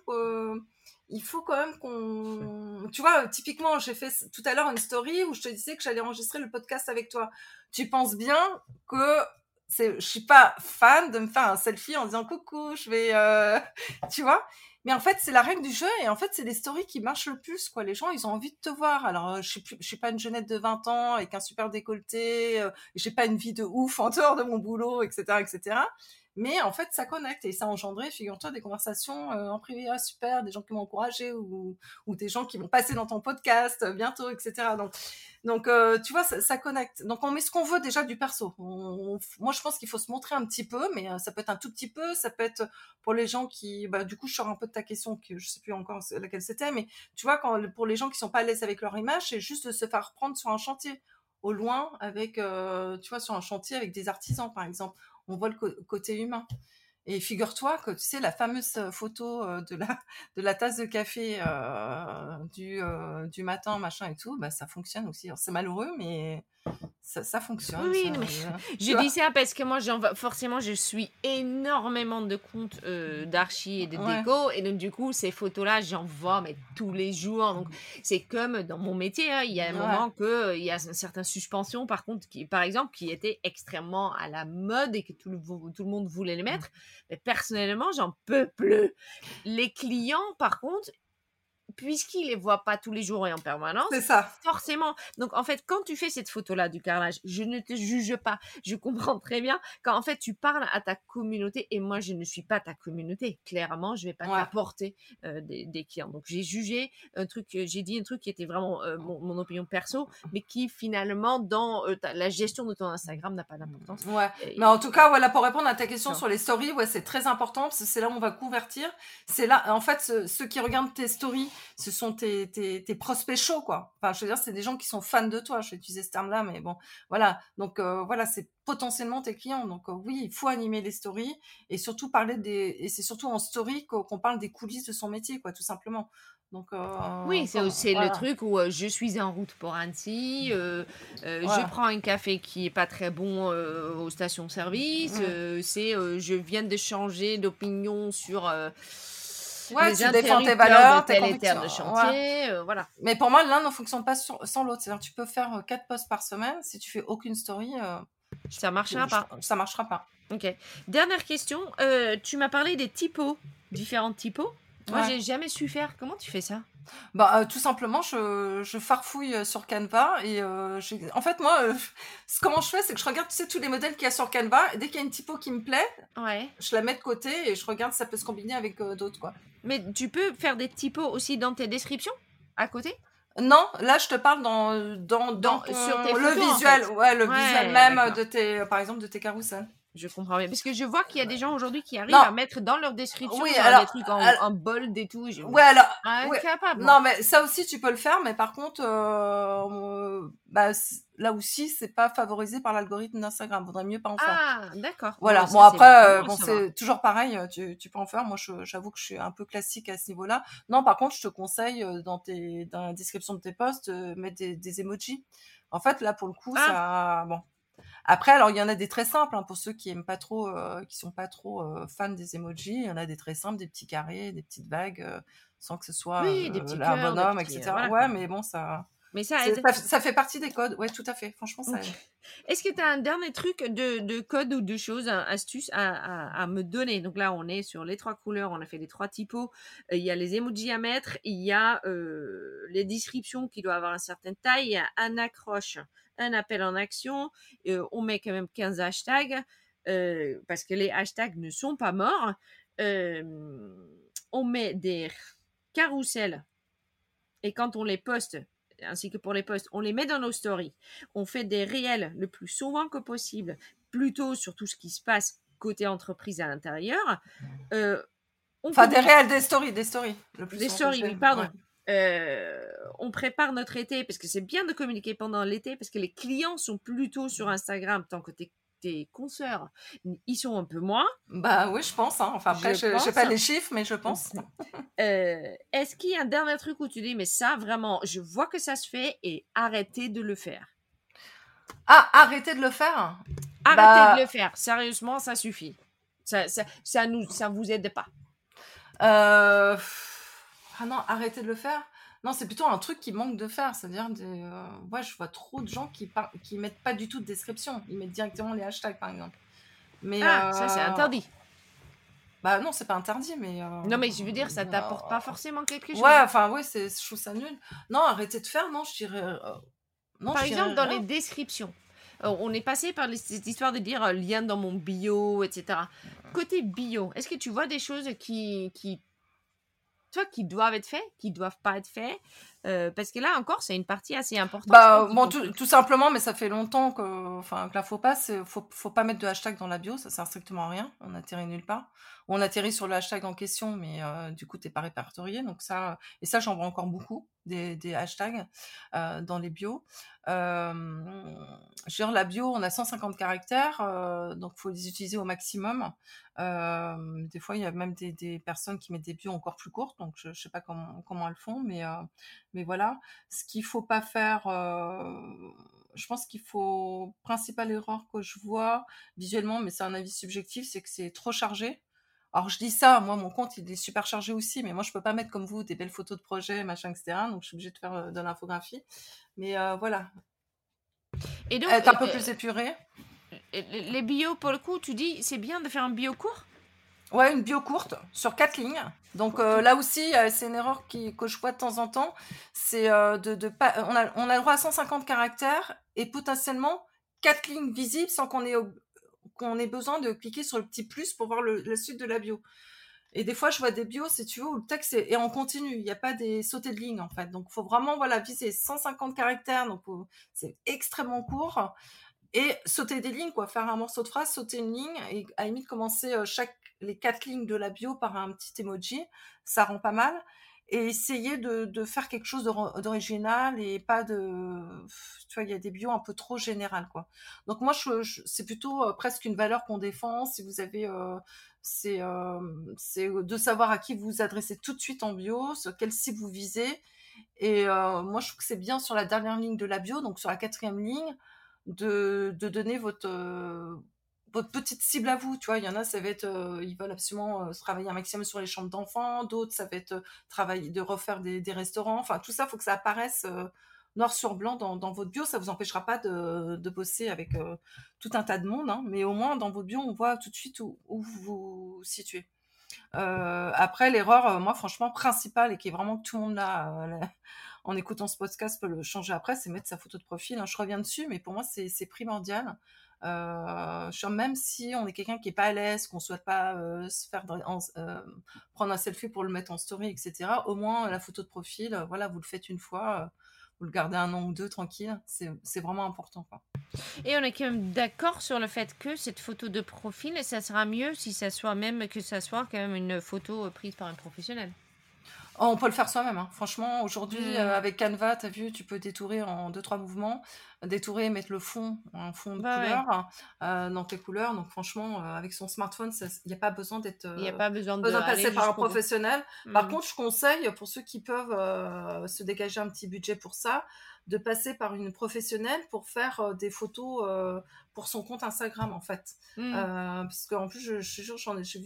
qu'on... Tu vois, typiquement, j'ai fait tout à l'heure une story où je te disais que j'allais enregistrer le podcast avec toi. Tu penses bien que je suis pas fan de me faire un selfie en disant coucou, je vais... tu vois. Mais en fait, c'est la règle du jeu et en fait, c'est les stories qui marchent le plus, quoi. Les gens, ils ont envie de te voir. Alors, je suis pas une jeunette de 20 ans avec un super décolleté, j'ai pas une vie de ouf en dehors de mon boulot, etc., etc. Mais en fait, ça connecte et ça a engendré, figure-toi, des conversations en privé, super, des gens qui m'ont encouragé ou des gens qui vont passer dans ton podcast bientôt, etc. Donc tu vois, ça connecte. Donc, on met ce qu'on veut déjà du perso. Moi, je pense qu'il faut se montrer un petit peu, mais ça peut être un tout petit peu, ça peut être pour les gens qui... du coup, je sors un peu de ta question, que je sais plus encore laquelle c'était, mais tu vois, pour les gens qui sont pas à l'aise avec leur image, c'est juste de se faire reprendre sur un chantier, au loin, avec, tu vois, sur un chantier avec des artisans, par exemple. On voit le côté humain. Et figure-toi que, tu sais, la fameuse photo de la tasse de café du matin, machin et tout, bah, ça fonctionne aussi. Alors, c'est malheureux, mais ça Oui, fonctionne, oui, ça. non, mais Tu je vois? dis ça parce que moi, forcément, je suis énormément de comptes d'archi et de Ouais, déco. Et donc, du coup, ces photos-là, j'en vois mais tous les jours. Donc, c'est comme dans mon métier. Hein, il y a un ouais, moment que il y a une certaine suspension, par contre, par exemple, qui était extrêmement à la mode et que tout le monde voulait les mettre. Mais personnellement, j'en peux plus. Les clients, par contre, puisqu'il les voit pas tous les jours et en c'est permanence, ça. forcément. Donc, en fait, quand tu fais cette photo-là du carrelage, je ne te juge pas. Je comprends très bien quand, en fait, tu parles à ta communauté et moi, je ne suis pas ta communauté. Clairement, je vais pas Ouais. t'apporter des clients. Donc, j'ai jugé un truc, j'ai dit un truc qui était vraiment mon opinion perso, mais qui, finalement, dans la gestion de ton Instagram n'a pas d'importance. Ouais, mais en Et tout voilà. cas, voilà, pour répondre à ta question Non. sur les stories, ouais, c'est très important parce que c'est là où on va convertir. C'est là, en fait, ceux qui regardent tes stories, ce sont tes prospects chauds, quoi. Enfin, je veux dire, c'est des gens qui sont fans de toi. Je vais utiliser ce terme-là, mais bon, voilà. Donc, voilà, c'est potentiellement tes clients. Donc, oui, il faut animer les stories et surtout et c'est surtout en story qu'on parle des coulisses de son métier, quoi, tout simplement. Donc, Oui, c'est le voilà, truc où je suis en route pour Annecy, je voilà. prends un café qui est pas très bon aux stations-service, Mm. je viens de changer d'opinion sur Ouais, les tu défends tes interrupteurs de valeurs, tes telle et convictions. telle de Ouais. chantier, voilà. Mais pour moi, l'un ne fonctionne pas sans l'autre. C'est-à-dire, tu peux faire 4 posts par semaine. Si tu fais aucune story, Ça marchera pas. ça marchera pas. Ok. Dernière question, tu m'as parlé des typos, différents typos. Moi, Ouais. j'ai jamais su faire. Comment tu fais ça? Bah, tout simplement, je farfouille sur Canva et en fait, moi, comment je fais, c'est que je regarde, tu sais, tous les modèles qu'il y a sur Canva et dès qu'il y a une typo qui me plaît, Ouais. je la mets de côté et je regarde si ça peut se combiner avec d'autres, quoi. Mais tu peux faire des typos aussi dans tes descriptions à côté? Non, là, je te parle dans Sur tes le photos, en visuel, fait. ouais, le visuel Ouais, même d'accord. de par exemple, de tes carousels. Je comprends bien. Parce que je vois qu'il y a des gens aujourd'hui qui arrivent Non, à mettre dans leur description, oui, genre des trucs en bold et tout. ouais, alors, ouais. Incapable, moi. Non, mais ça aussi, tu peux le faire, mais par contre, bah, là aussi, c'est pas favorisé par l'algorithme d'Instagram. Vaudrait mieux pas en faire. Ah, d'accord. Voilà. Bon, Bon, ça, c'est après, bon à bon, savoir. c'est toujours pareil. Tu peux en faire. Moi, j'avoue que je suis un peu classique à ce niveau-là. Non, par contre, je te conseille dans la description de tes posts, mettre des emojis. En fait, là, pour le coup, Ah, ça, bon. Après, alors il y en a des très simples hein, pour ceux qui aiment pas trop, qui sont pas trop fans des emojis. Il y en a des très simples, des petits carrés, des petites vagues, sans que ce soit oui, des petits un cœurs, des bonhomme, petits... etc. voilà, Ouais, quoi. mais bon, ça, Mais ça aide. ça fait partie des codes. Ouais, tout à fait. Franchement, ça Ok. aide. Est-ce que tu as un dernier truc de code ou de choses, astuces à me donner? Donc là, on est sur les 3 couleurs, on a fait les 3 typos. Il y a les emojis à mettre, il y a les descriptions qui doivent avoir une certaine taille, il y a un accroche, un appel en action. On met quand même 15 hashtags parce que les hashtags ne sont pas morts. Euh, on met des carousels et quand on les poste, ainsi que pour les posts, on les met dans nos stories. On fait des réels le plus souvent que possible, plutôt sur tout ce qui se passe côté entreprise à l'intérieur. On Enfin, des communique réels, des stories, le plus des souvent stories, oui, possible. Ouais. pardon. On prépare notre été parce que c'est bien de communiquer pendant l'été parce que les clients sont plutôt sur Instagram tant que tes consoeurs, ils sont un peu moins, Bah oui, je pense. Hein. Enfin après, je je sais pense. pas les chiffres, mais je pense. Est-ce qu'il y a un dernier truc où tu dis, mais ça, vraiment, je vois que ça se fait et arrêtez de le faire. Ah, arrêtez de le faire. Arrêtez de Bah, le faire. Sérieusement, ça suffit. Ça vous aide pas. ah non, arrêtez de le faire. Non, c'est plutôt un truc qui manque de faire. C'est-à-dire, ouais, je vois trop de gens qui mettent pas du tout de description. Ils mettent directement les hashtags, par exemple. Mais Ah, ça, c'est interdit. bah non, c'est pas interdit, mais Non, mais je veux dire, ça t'apporte pas forcément quelque chose. ouais, enfin, oui, je trouve ça nul. Non, arrêtez de faire. Non, je dirais, non, Par je exemple, dirais dans rien. les descriptions, on est passé par cette histoire de dire lien dans mon bio, etc. Côté bio, est-ce que tu vois des choses qui doivent être faites, qui doivent pas être faites? Parce que là encore, c'est une partie assez importante, je Bah, pense, de bon, ton truc. tout simplement, mais ça fait longtemps que la faut pas mettre de hashtag dans la bio, ça sert strictement à rien, on atterrit nulle part. on atterrit sur le hashtag en question, mais du coup, t'es pas répertorié. Donc ça, et ça, j'en vois encore beaucoup, des hashtags dans les bios. Je veux dire, la bio, on a 150 caractères, donc faut les utiliser au maximum. Des fois, il y a même des personnes qui mettent des bios encore plus courtes, donc je sais pas comment elles font, mais voilà. Ce qu'il faut pas faire, je pense qu'il faut, principale erreur que je vois visuellement, mais c'est un avis subjectif, c'est que c'est trop chargé. Alors je dis ça, moi mon compte il est super chargé aussi, mais moi je peux pas mettre comme vous des belles photos de projet, machin, etc. Donc je suis obligée de faire de l'infographie. Mais voilà, Et donc, être un peu plus épurée. les bios, pour le coup, tu dis, c'est bien de faire un bio court? Ouais, une bio courte sur 4 lignes. Donc là aussi, c'est une erreur que je vois de temps en temps. C'est de pas. On a le droit à 150 caractères et potentiellement 4 lignes visibles sans qu'on ait besoin de cliquer sur le petit plus pour voir la suite de la bio. Et des fois, je vois des bios, si tu veux, où le texte est en continu. Il n'y a pas des sautés de lignes, en fait. Donc, il faut vraiment viser 150 caractères. Donc, c'est extrêmement court. Et sauter des lignes, quoi. Faire un morceau de phrase, sauter une ligne et à la limite commencer les 4 lignes de la bio par un petit emoji. Ça rend pas mal. Et essayer de faire quelque chose d'original et pas de... Tu vois, il y a des bios un peu trop générales, quoi. Donc moi, c'est plutôt presque une valeur qu'on défend. Si vous avez... c'est de savoir à qui vous vous adressez tout de suite en bio, sur quelle cible vous visez. Et moi, je trouve que c'est bien sur la dernière ligne de la bio, donc sur la 4e ligne, de donner votre petite cible à vous. Tu vois, il y en a, ça va être, ils veulent absolument travailler un maximum sur les chambres d'enfants, d'autres, ça va être travailler, de refaire des restaurants. Enfin, tout ça, il faut que ça apparaisse noir sur blanc dans votre bio. Ça vous empêchera pas de bosser avec tout un tas de monde, hein, mais au moins, dans votre bio, on voit tout de suite où vous vous situez. Après, l'erreur, moi, franchement, principale et qui est vraiment que tout le monde en écoutant ce podcast peut le changer après, c'est mettre sa photo de profil, hein. Je reviens dessus, mais pour moi, c'est primordial. Même si on est quelqu'un qui est pas à l'aise, qu'on souhaite pas se faire prendre un selfie pour le mettre en story, etc. Au moins, la photo de profil, voilà, vous le faites une fois, vous le gardez 1 an ou 2 tranquille. C'est vraiment important, quoi. Et on est quand même d'accord sur le fait que cette photo de profil, ça sera mieux si ça soit quand même une photo prise par un professionnel. Oh, on peut le faire soi-même, hein. Franchement, aujourd'hui, avec Canva, tu as vu, tu peux détourer en 2-3 mouvements. Détourer, mettre le fond, un fond de Bah ouais. couleur, dans tes couleurs. Donc franchement, avec son smartphone, il n'y a pas besoin Il n'y a pas besoin de passer par un jusqu'au bout. professionnel. Par contre, je conseille, pour ceux qui peuvent se dégager un petit budget pour ça, de passer par une professionnelle pour faire des photos pour son compte Instagram, en fait. Parce qu'en plus, je te jure,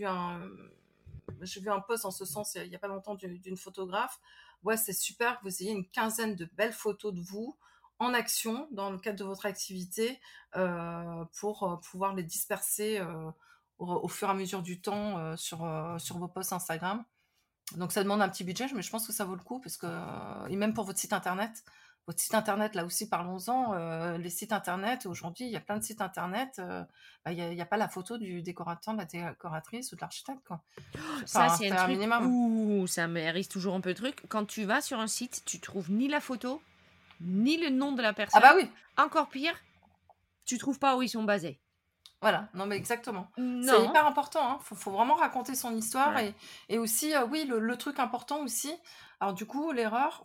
j'ai vu un post en ce sens il n'y a pas longtemps d'une photographe. Ouais, c'est super que vous ayez une quinzaine de belles photos de vous en action dans le cadre de votre activité pour pouvoir les disperser au fur et à mesure du temps sur vos posts Instagram. Donc ça demande un petit budget, mais je pense que ça vaut le coup parce que et même pour votre site internet. Votre site internet, là aussi, parlons-en. Les sites internet, aujourd'hui, il y a plein de sites internet. Il n'y a pas la photo du décorateur, de la décoratrice ou de l'architecte, quoi. Ça, Enfin, c'est un faire un truc minimum. où ça mérite toujours un peu de truc. Quand tu vas sur un site, tu trouves ni la photo, ni le nom de la Ah personne. bah oui, Encore pire, tu trouves pas où ils sont basés. voilà, non mais exactement. C'est Non. hyper important, hein. Faut vraiment raconter son histoire Ouais. et aussi, oui, le truc important aussi. Alors du coup, l'erreur,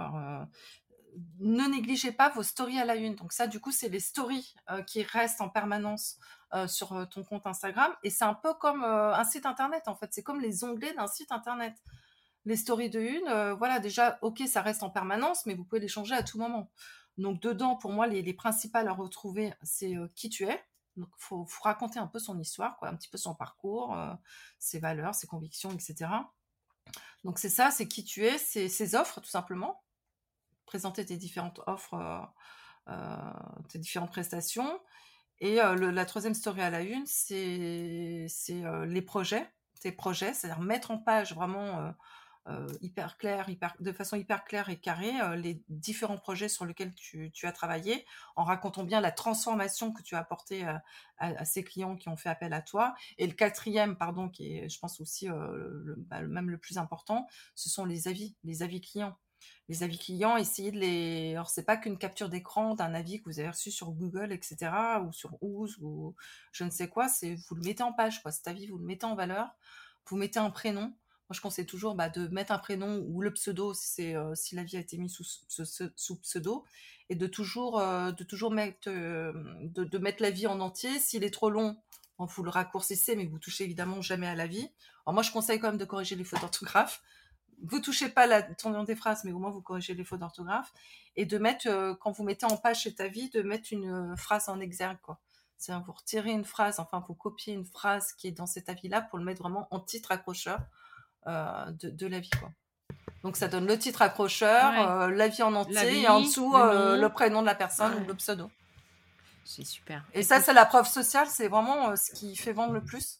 ne négligez pas vos stories à la une. Donc ça, du coup, c'est les stories qui restent en permanence sur ton compte Instagram. Et c'est un peu comme un site internet, en fait. C'est comme les onglets d'un site internet. Les stories de une, voilà, déjà, ok, ça reste en permanence, mais vous pouvez les changer à tout moment. Donc dedans, pour moi, les principales à retrouver, c'est qui tu es. Donc faut raconter un peu son histoire, quoi, un petit peu son parcours, ses valeurs, ses convictions, etc. Donc c'est ça, c'est qui tu es, c'est ses offres, tout simplement. Présenter tes différentes offres, tes différentes prestations. Et la troisième story à la une, c'est les projets, tes projets, c'est-à-dire mettre en page vraiment hyper clair, de façon hyper claire et carrée, les différents projets sur lesquels tu as travaillé, en racontant bien la transformation que tu as apportée à ces clients qui ont fait appel à toi. Et le quatrième, pardon, qui est, je pense aussi même le plus important, ce sont les avis clients. les avis clients, essayez de les... Alors, c'est pas qu'une capture d'écran d'un avis que vous avez reçu sur Google, etc., ou sur Ooze, ou je ne sais quoi, c'est vous le mettez en page, quoi. Cet avis, vous le mettez en valeur, vous mettez un prénom. Moi, je conseille toujours de mettre un prénom ou le pseudo si l'avis a été mis sous pseudo, et de toujours mettre, de mettre l'avis en entier. S'il est trop long, vous le raccourcissez, mais vous touchez évidemment jamais à l'avis. Alors moi, je conseille quand même de corriger les fautes d'orthographe. Vous touchez pas la tournure des phrases, mais au moins vous corrigez les fautes d'orthographe. Et de mettre, quand vous mettez en page cet avis, de mettre une phrase en exergue, quoi. C'est-à-dire vous retirez une phrase, enfin vous copiez une phrase qui est dans cet avis-là pour le mettre vraiment en titre accrocheur de l'avis, quoi. Donc ça donne le titre accrocheur, l'avis en entier, et en dessous le prénom de la personne ou le pseudo. C'est super. Et ça, c'est la preuve sociale, c'est vraiment ce qui fait vendre le plus.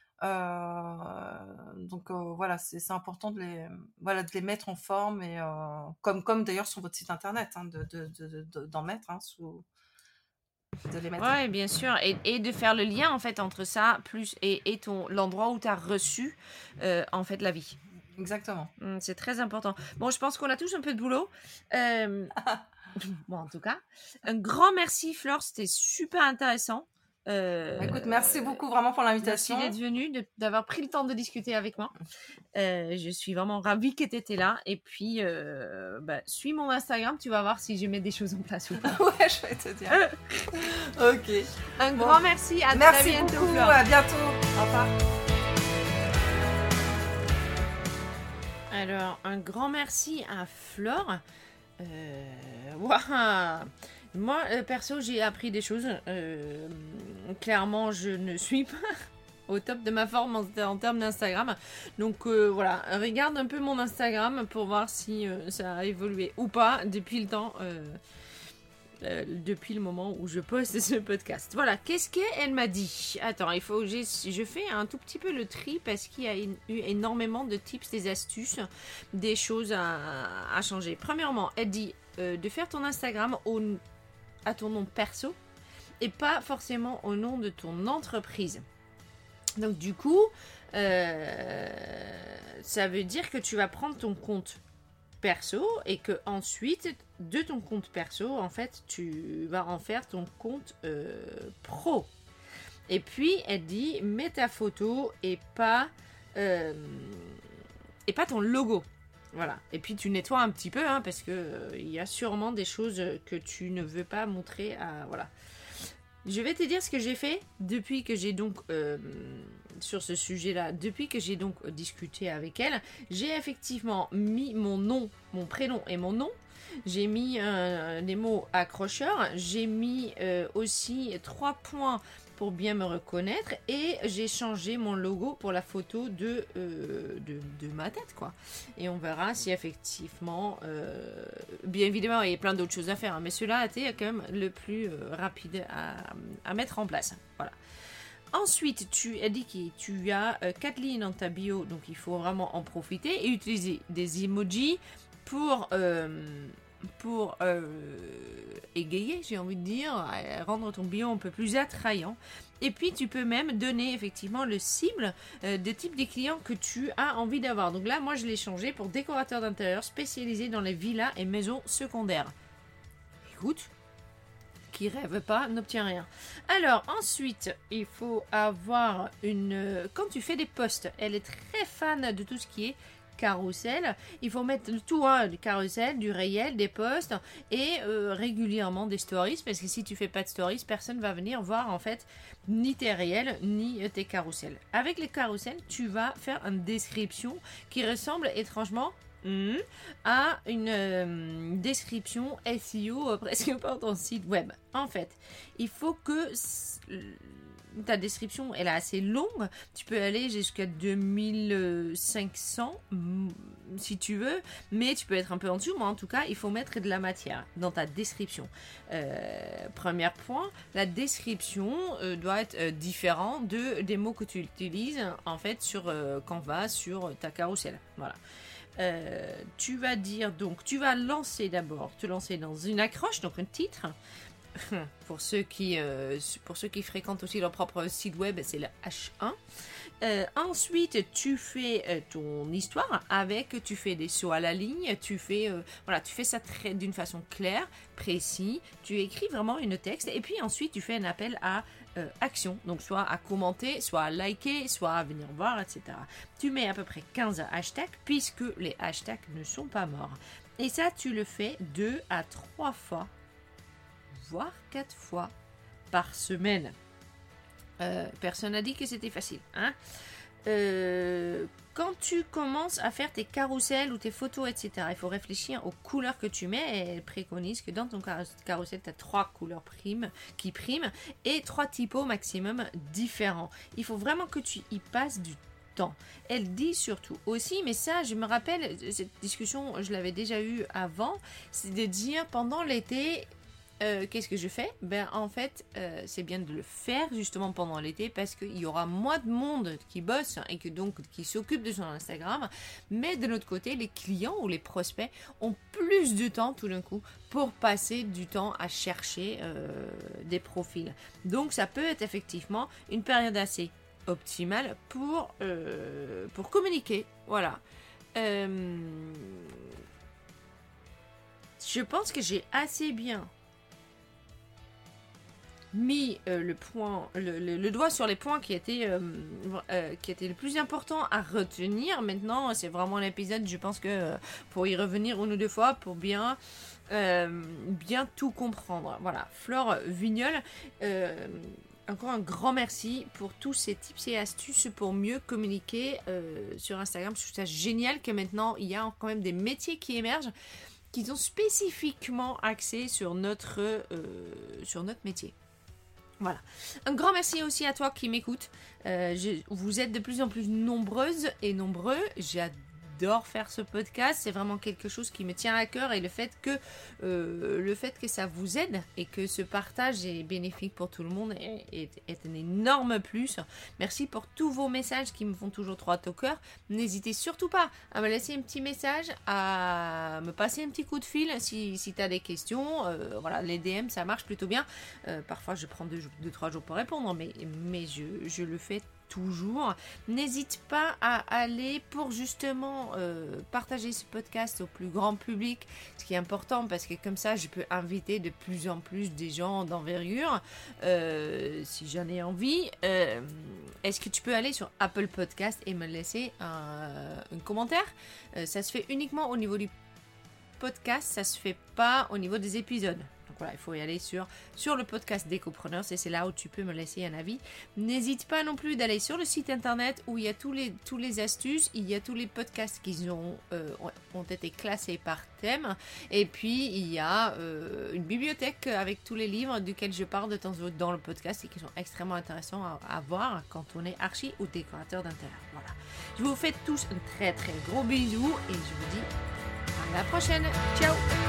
Donc voilà, c'est important de les mettre en forme, et comme d'ailleurs sur votre site internet, hein, d'en mettre de les mettre. Ouais, bien sûr, et de faire le lien en fait entre ça plus et l'endroit où tu as reçu en fait l'avis. Exactement. C'est très important. Bon, je pense qu'on a tous un peu de boulot. Bon, en tout cas, un grand merci Flore, c'était super intéressant. Écoute, merci beaucoup vraiment pour l'invitation. Merci d'être venue, d'avoir pris le temps de discuter avec moi. Je suis vraiment ravie que tu étais là. Et puis, suis mon Instagram, tu vas voir si je mets des choses en place ou pas. Ouais, je vais te dire. Ok. Un grand merci, à très bientôt. Merci beaucoup, Flore. à bientôt. Au revoir. Alors, un grand merci à Flore. Waouh. Moi, perso, j'ai appris des choses. Clairement, je ne suis pas au top de ma forme en termes d'Instagram. Donc voilà, regarde un peu mon Instagram pour voir si ça a évolué ou pas depuis le temps, depuis le moment où je poste ce podcast. Voilà, qu'est-ce qu'elle m'a dit? Attends, il faut que je fais un tout petit peu le tri parce qu'il y a eu énormément de tips, des astuces, des choses à changer. Premièrement, elle dit de faire ton Instagram à ton nom perso et pas forcément au nom de ton entreprise. Donc du coup, ça veut dire que tu vas prendre ton compte perso et que ensuite de ton compte perso, en fait, tu vas en faire ton compte pro. Et puis elle dit mets ta photo et pas ton logo. Voilà. Et puis tu nettoies un petit peu, hein, parce que il y a sûrement des choses que tu ne veux pas montrer à... Voilà. Je vais te dire ce que j'ai fait depuis que j'ai donc, sur ce sujet-là, depuis que j'ai donc discuté avec elle. J'ai effectivement mis mon nom, mon prénom et mon nom. J'ai mis des mots accrocheurs. J'ai mis aussi 3 points pour bien me reconnaître, et j'ai changé mon logo pour la photo de ma tête, quoi. Et on verra si effectivement, bien évidemment, il y a plein d'autres choses à faire, hein, mais celui-là a été quand même le plus rapide à mettre en place. Voilà. Ensuite, tu as dit que tu as 4 lignes dans ta bio, donc il faut vraiment en profiter et utiliser des emojis pour égayer, j'ai envie de dire, rendre ton bio un peu plus attrayant. Et puis tu peux même donner effectivement le cible de type des clients que tu as envie d'avoir. Donc là, moi je l'ai changé pour décorateur d'intérieur spécialisé dans les villas et maisons secondaires. Écoute, qui rêve pas n'obtient rien. Alors ensuite, il faut avoir quand tu fais des posts, elle est très fan de tout ce qui est carrousel. Il faut mettre tout, hein, du carrousel, du réel, des posts et régulièrement des stories, parce que si tu fais pas de stories, personne va venir voir en fait ni tes réels ni tes carousels. Avec les carousels, tu vas faire une description qui ressemble étrangement à une description SEO presque pour ton site web. En fait, il faut que ta description elle est assez longue, tu peux aller jusqu'à 2500 si tu veux, mais tu peux être un peu en dessous, mais en tout cas il faut mettre de la matière dans ta description. Premier point, la description doit être différente des mots que tu utilises en fait sur Canva, sur ta carousel. Voilà. Tu vas dire donc, tu vas te lancer dans une accroche, donc un titre. Pour ceux qui fréquentent aussi leur propre site web, c'est le H1. Ensuite, tu fais ton histoire tu fais des sauts à la ligne, tu fais ça d'une façon claire, précis, tu écris vraiment une texte et puis ensuite tu fais un appel à action, donc soit à commenter, soit à liker, soit à venir voir, etc. Tu mets à peu près 15 hashtags puisque les hashtags ne sont pas morts. Et ça, tu le fais 2 à 3 fois, voire 4 fois par semaine. Personne n'a dit que c'était facile, hein. Quand tu commences à faire tes carousels ou tes photos, etc., il faut réfléchir aux couleurs que tu mets. Et elle préconise que dans ton carrousel, tu as 3 couleurs qui priment et 3 typos maximum différents. Il faut vraiment que tu y passes du temps. Elle dit surtout aussi, mais ça, je me rappelle, cette discussion, je l'avais déjà eue avant, c'est de dire pendant l'été, qu'est-ce que je fais ? En fait, c'est bien de le faire justement pendant l'été parce qu'il y aura moins de monde qui bosse et qui s'occupe de son Instagram. Mais de l'autre côté, les clients ou les prospects ont plus de temps tout d'un coup pour passer du temps à chercher des profils. Donc, ça peut être effectivement une période assez optimale pour communiquer. Voilà. Je pense que j'ai assez bien mis le doigt sur les points qui étaient le plus important à retenir. Maintenant, c'est vraiment l'épisode, je pense que pour y revenir 1 ou 2 fois, pour bien tout comprendre. Voilà, Flore Vignol, encore un grand merci pour tous ces tips et astuces pour mieux communiquer sur Instagram. Je trouve ça génial que maintenant, il y a quand même des métiers qui émergent qui sont spécifiquement axés sur notre métier. Voilà. Un grand merci aussi à toi qui m'écoute. Vous êtes de plus en plus nombreuses et nombreux. J'adore faire ce podcast. C'est vraiment quelque chose qui me tient à cœur et le fait que ça vous aide et que ce partage est bénéfique pour tout le monde est un énorme plus. Merci pour tous vos messages qui me font toujours droit au cœur. N'hésitez surtout pas à me laisser un petit message, à me passer un petit coup de fil si tu as des questions. Voilà, les DM, ça marche plutôt bien. Parfois, je prends 2-3 jours pour répondre, mais je le fais toujours. N'hésite pas à aller pour justement partager ce podcast au plus grand public, ce qui est important parce que comme ça je peux inviter de plus en plus des gens d'envergure si j'en ai envie. Est-ce que tu peux aller sur Apple Podcast et me laisser un commentaire? Ça se fait uniquement au niveau du podcast, ça se fait pas au niveau des épisodes. Donc voilà, il faut y aller sur le podcast d'Ecopreneurs et c'est là où tu peux me laisser un avis. N'hésite pas non plus d'aller sur le site internet où il y a tous les astuces, il y a tous les podcasts qui ont été classés par thème et puis il y a une bibliothèque avec tous les livres duquel je parle de temps en temps dans le podcast et qui sont extrêmement intéressants à voir quand on est archi ou décorateur d'intérieur. Voilà. Je vous fais tous un très très gros bisou et je vous dis à la prochaine. Ciao.